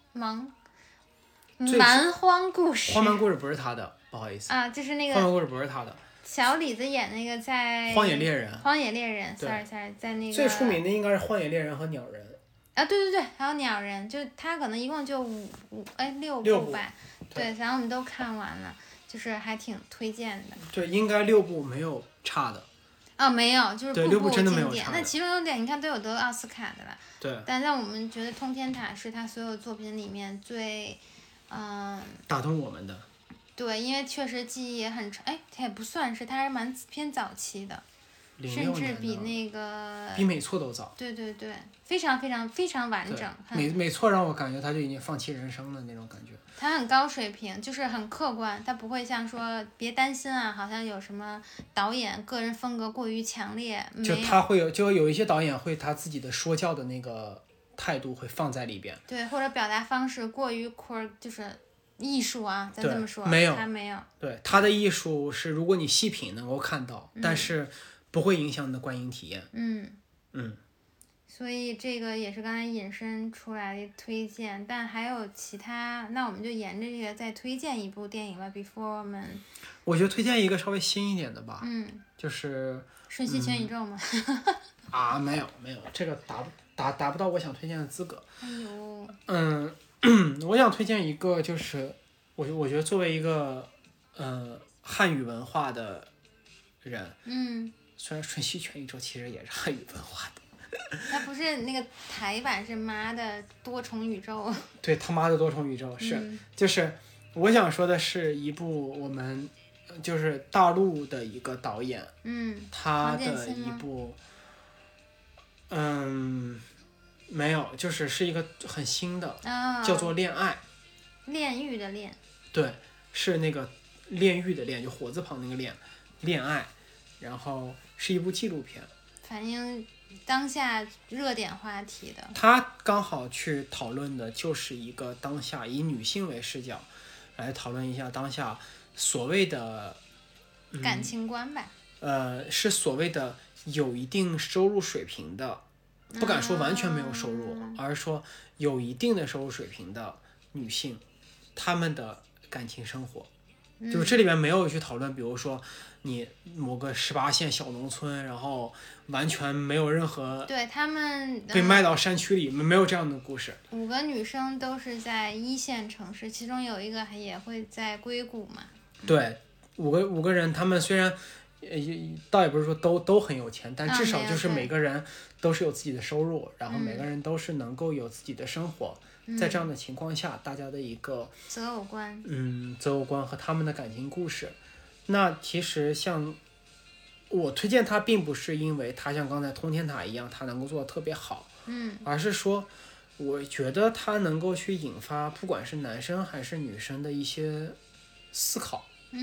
荒故事。 荒蛮故事不是他的，不好意思啊，就是那个荒蛮故事不是他的。 小李子演那个在荒野猎人 ，sorry，在那个最出名的应该是荒野猎人和鸟人啊，对，还有鸟人，就他可能一共就六部吧，对，然后我们都看完了。就是还挺推荐的。 对，应该6部没有差的。 没有，就是 6部真的没有经典。那其中有点，你看都有得奥斯卡的了。 对。 但让我们觉得《通天塔》是他所有作品里面最， 打动我们的。 对，因为确实记忆也很长，它也不算是，它还是蛮偏早期的。甚至比那个比美错都早。 对，非常完整。 美错让我感觉他就已经放弃人生了那种感觉。 他很高水平，就是很客观，他不会像说别担心啊，好像有什么导演个人风格过于强烈。 就他会有一些导演会他自己的说教的那个态度会放在里边。 对，或者表达方式过于就是艺术啊，咱这么说。 没有， 他没有。 对，他的艺术是如果你细品能够看到，但是不会影响你的观影体验。 所以这个也是刚才引申出来的推荐，但还有其他，那我们就沿着这个再推荐一部电影吧。Before 我就推荐一个稍微新一点的吧，就是瞬息全宇宙吗？ 没有，这个达不到我想推荐的资格。 哎呦， 我想推荐一个，就是我觉得作为一个汉语文化的人，虽然瞬息全宇宙其实也是汉语文化的。 它不是那个台版是妈的多重宇宙。 对，他妈的多重宇宙就是我想说的是一部我们就是大陆的一个导演，他的一部没有，是一个很新的，叫做《恋爱》。 炼狱的炼。 对，是那个炼狱的炼，就火字旁那个炼，恋爱，然后是一部纪录片， 反映当下热点话题的。 他刚好去讨论的就是一个当下以女性为视角来讨论一下当下所谓的感情观吧。 是所谓的有一定收入水平的，不敢说完全没有收入，而是说有一定的收入水平的女性，她们的感情生活。 就是这里面没有去讨论，比如说你某个18线小农村，然后完全没有任何对他们被卖到山区里，没有这样的故事。 5个女生都是在1线城市，其中有一个也会在硅谷嘛。 对，五个人，他们虽然倒也不是说都很有钱，但至少就是每个人都是有自己的收入，然后每个人都是能够有自己的生活。在这样的情况下，大家的一个择偶观， 择偶观和他们的感情故事。那其实像我推荐它，并不是因为它像刚才通天塔一样，它能够做得特别好，而是说我觉得它能够去引发不管是男生还是女生的一些思考，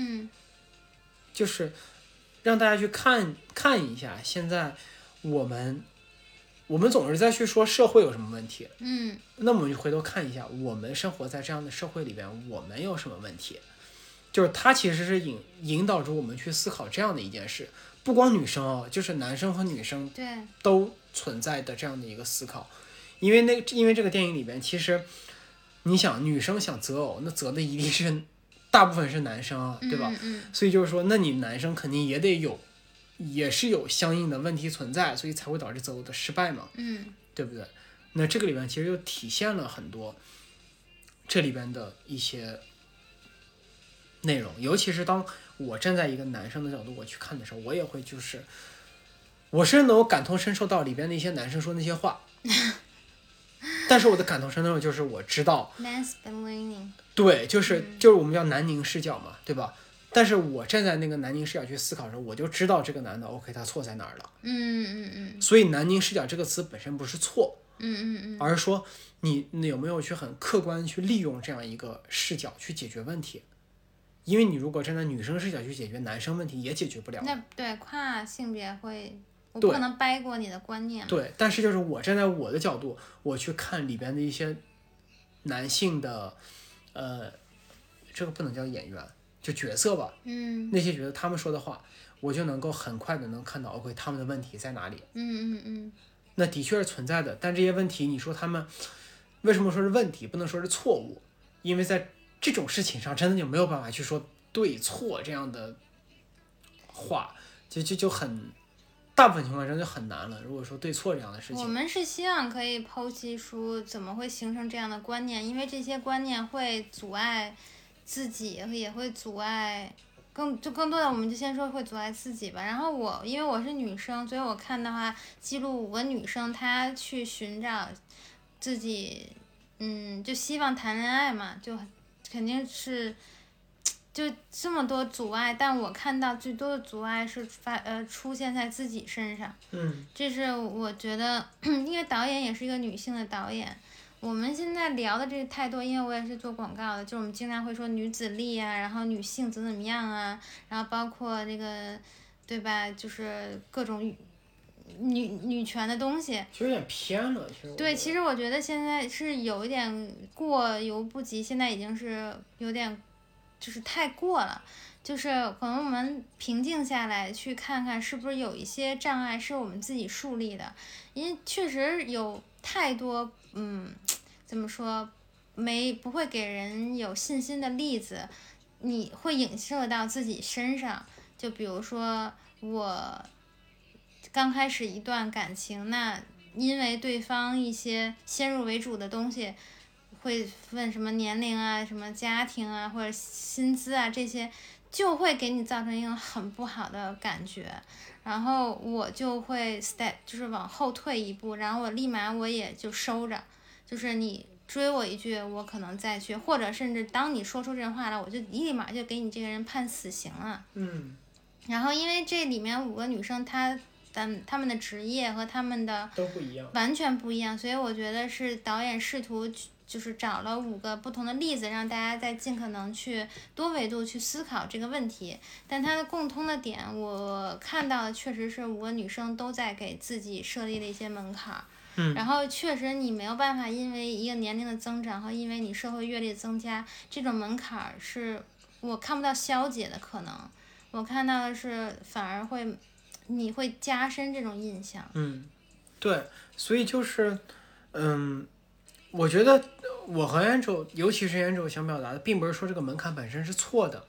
就是让大家去看一下，现在我们总是在去说社会有什么问题，那么我们就回头看一下，我们生活在这样的社会里边，我们有什么问题？就是它其实是引导着我们去思考这样的一件事，不光女生哦，就是男生和女生都存在的这样的一个思考。因为这个电影里边，其实你想女生想择偶，那择的一定是大部分是男生啊，对吧？所以就是说，那你男生肯定也是有相应的问题存在，所以才会导致择偶的失败嘛，对不对？那这个里面其实就体现了很多这里边的一些内容，尤其是当我站在一个男生的角度我去看的时候，我也会我是能够感同身受到里边的一些男生说那些话，但是我的感同身受就是我知道 mansplaining， 对，就是我们叫南宁视角嘛，对吧？但是我站在那个南宁视角去思考的时候，我就知道这个男的 OK 他错在哪儿了。所以南宁视角这个词本身不是错，而是说你有没有去很客观去利用这样一个视角去解决问题。因为你如果站在女生视角去解决男生问题，也解决不了。 那对跨性别会，我不可能掰过你的观念。 对，但是就是我站在我的角度，我去看里边的一些男性的，这个不能叫演员，就角色吧，那些角色他们说的话，我就能够很快的能看到 OK 他们的问题在哪里。那的确是存在的，但这些问题你说他们为什么说是问题，不能说是错误？因为在这种事情上真的就没有办法去说对错这样的话，就很大部分情况下就很难了。如果说对错这样的事情， 我们是希望可以剖析出怎么会形成这样的观念，因为这些观念会阻碍自己，也会阻碍更多的，我们就先说会阻碍自己吧。然后因为我是女生，所以我看的话，记录5个女生她去寻找自己，就希望谈恋爱嘛，就肯定是就这么多阻碍，但我看到最多的阻碍是出现在自己身上。这是我觉得，因为导演也是一个女性的导演。我们现在聊的这个太多，因为我也是做广告的，就我们经常会说女子力啊，然后女性怎么样啊，然后包括那个，对吧？就是各种女权的东西， 其实有点偏了。 对，其实我觉得现在是有一点过犹不及，现在已经是有点就是太过了。就是可能我们平静下来去看看，是不是有一些障碍是我们自己树立的，因为确实有太多怎么说不会给人有信心的例子，你会影射到自己身上。就比如说我刚开始一段感情，那因为对方一些先入为主的东西，会问什么年龄啊、什么家庭啊或者薪资啊，这些就会给你造成一个很不好的感觉，然后我就会就是往后退一步，然后我也就收着，就是你追我一句，我可能再去，或者甚至当你说出这种话来，我就立马就给你这个人判死刑了。然后因为这里面5个女生她们的职业和她们的都不一样， 完全不一样，所以我觉得是导演试图就是找了5个不同的例子，让大家在尽可能去多维度去思考这个问题。但它的共通的点，我看到的确实是5个女生都在给自己设立了一些门槛。然后确实你没有办法因为一个年龄的增长和因为你社会阅历的增加，这种门槛是我看不到消解的可能，我看到的是反而你会加深这种印象。 对，所以就是我觉得我和 Angel， 尤其是 Angel 想表达的，并不是说这个门槛本身是错的，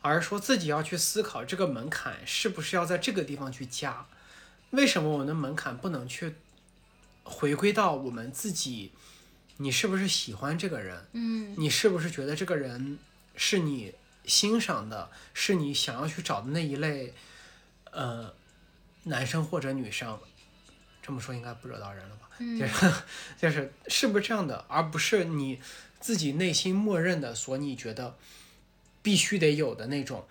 而是说自己要去思考这个门槛是不是要在这个地方去加，为什么我们的门槛不能去回归到我们自己，你是不是喜欢这个人，你是不是觉得这个人是你欣赏的，是你想要去找的那一类男生或者女生，这么说应该不惹到人了吧，是不是这样的，而不是你自己内心默认的所你觉得必须得有的那种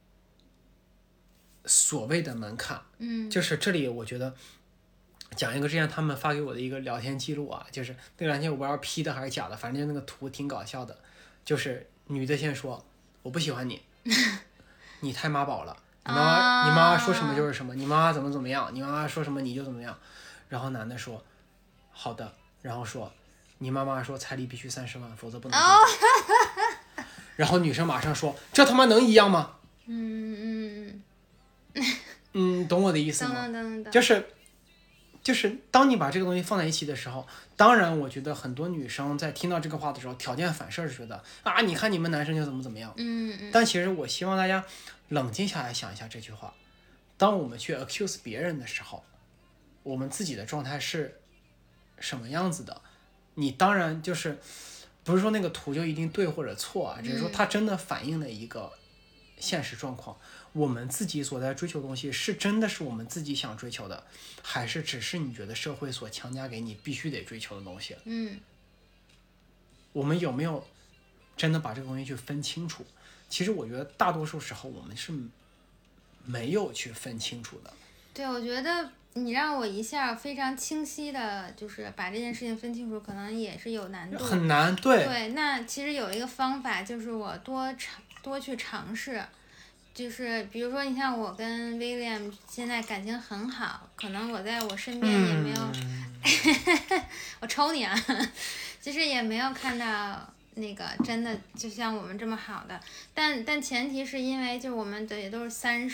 所谓的门槛。就是这里我觉得讲一个之前他们发给我的一个聊天记录啊，就是那个聊天我不知道 P 的还是假的，反正就那个图挺搞笑的，就是女的先说我不喜欢你你太妈宝了，你妈妈说什么就是什么，你妈妈怎么样，你妈妈说什么你就怎么样，然后男的说好的，然后说你妈妈说彩礼必须30万否则不能然后女生马上说这他妈能一样吗？懂我的意思吗？就是当你把这个东西放在一起的时候，当然我觉得很多女生在听到这个话的时候条件反射是觉得啊你看你们男生就怎么样，但其实我希望大家冷静下来想一下这句话，当我们去 accuse 别人的时候，我们自己的状态是什么样子的，你当然就是不是说那个图就一定对或者错啊，只是说它真的反映了一个现实状况，我们自己所在追求的东西是真的是我们自己想追求的，还是只是你觉得社会所强加给你必须得追求的东西。我们有没有真的把这个东西去分清楚？其实我觉得大多数时候我们是没有去分清楚的。 对，我觉得你让我一下非常清晰的就是把这件事情分清楚，可能也是有难度， 很难。对， 那其实有一个方法，就是我多去尝试，就是比如说你像我跟 William 现在感情很好，可能我在我身边也没有我抽你啊其实也没有看到那个真的就像我们这么好的，但前提是因为就我们也都是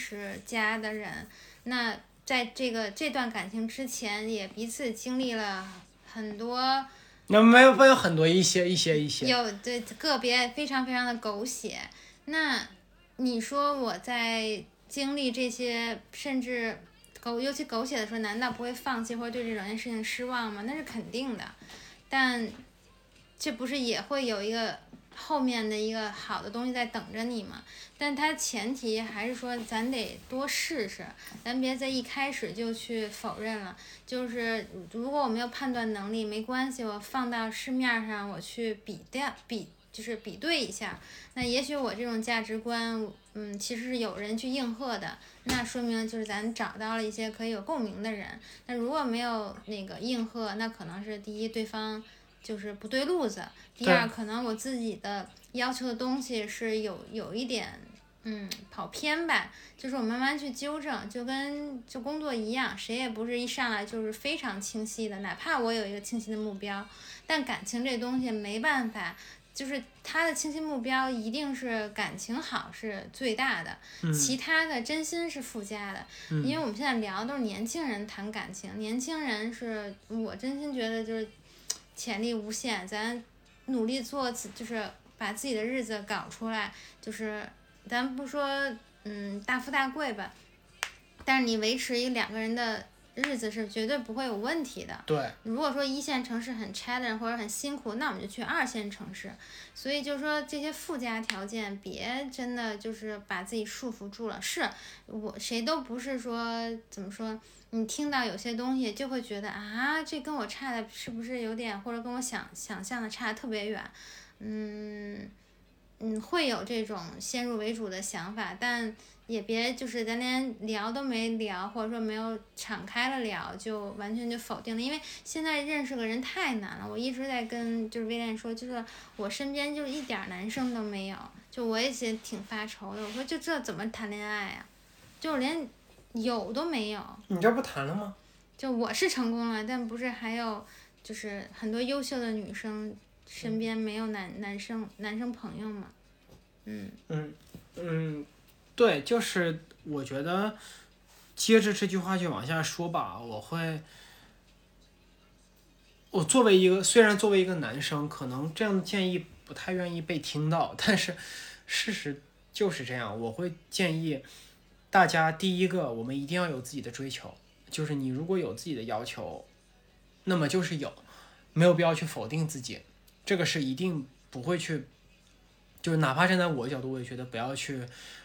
30+的人，那在这段感情之前也彼此经历了很多， 没有很多一些有对个别非常非常的狗血。那你说我在经历这些甚至尤其狗血的时候，难道不会放弃或者对这整件事情失望吗？那是肯定的，但这不是也会有一个后面的一个好的东西在等着你吗？但它前提还是说咱得多试试，咱别在一开始就去否认了。就是如果我没有判断能力没关系，我放到市面上我去就是比对一下，那也许我这种价值观其实是有人去应和的，那说明就是咱找到了一些可以有共鸣的人。那如果没有那个应和，那可能是第一对方就是不对路子，第二可能我自己的要求的东西是有一点跑偏吧，就是我慢慢去纠正，就工作一样，谁也不是一上来就是非常清晰的，哪怕我有一个清晰的目标，但感情这东西没办法，就是他的清晰目标一定是感情好是最大的，其他的真心是附加的，因为我们现在聊都是年轻人谈感情，年轻人是我真心觉得就是潜力无限，咱努力做，就是把自己的日子搞出来，就是咱不说大富大贵吧，但是你维持2个人的日子是绝对不会有问题的。 对， 如果说1线城市很 challenge 或者很辛苦，那我们就去2线城市。所以就是说这些附加条件，别真的就是把自己束缚住了。是我谁都不是说怎么说，你听到有些东西就会觉得啊，这跟我差的是不是有点，或者跟我想象的差得特别远，会有这种先入为主的想法，但也别就是咱连聊都没聊，或者说没有敞开了聊，就完全就否定了。因为现在认识个人太难了，我一直在跟就是威廉说，就是我身边就一点男生都没有，就我也挺发愁的。我说就这怎么谈恋爱呀？就连有都没有。 你这不谈了吗？ 就我是成功了，但不是还有就是很多优秀的女生身边没有男生朋友嘛？ 对，就是我觉得接着这句话就往下说吧，我虽然作为一个男生，可能这样的建议不太愿意被听到，但是事实就是这样。我会建议大家，第一个，我们一定要有自己的追求，就是你如果有自己的要求，那么就是有，没有必要去否定自己，这个是一定不会去，就是哪怕站在我的角度，我也觉得不要去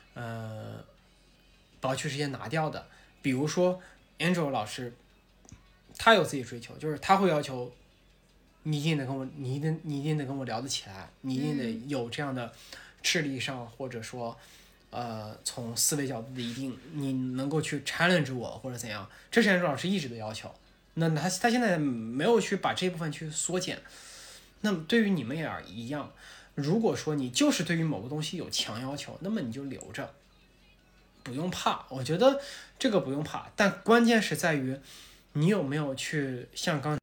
直接拿掉的。比如说 Angel 老师，他有自己的追求，就是他会要求你一定得跟我聊得起来，你一定得有这样的智力上，或者说从思维角度的一定，你能够去 challenge 我或者怎样，这是 Angel 老师一直的要求。那他现在没有去把这部分去缩减。那么对于你们也一样，如果说你就是对于某个东西有强要求，那么你就留着，不用怕。我觉得这个不用怕，但关键是在于你有没有去像刚才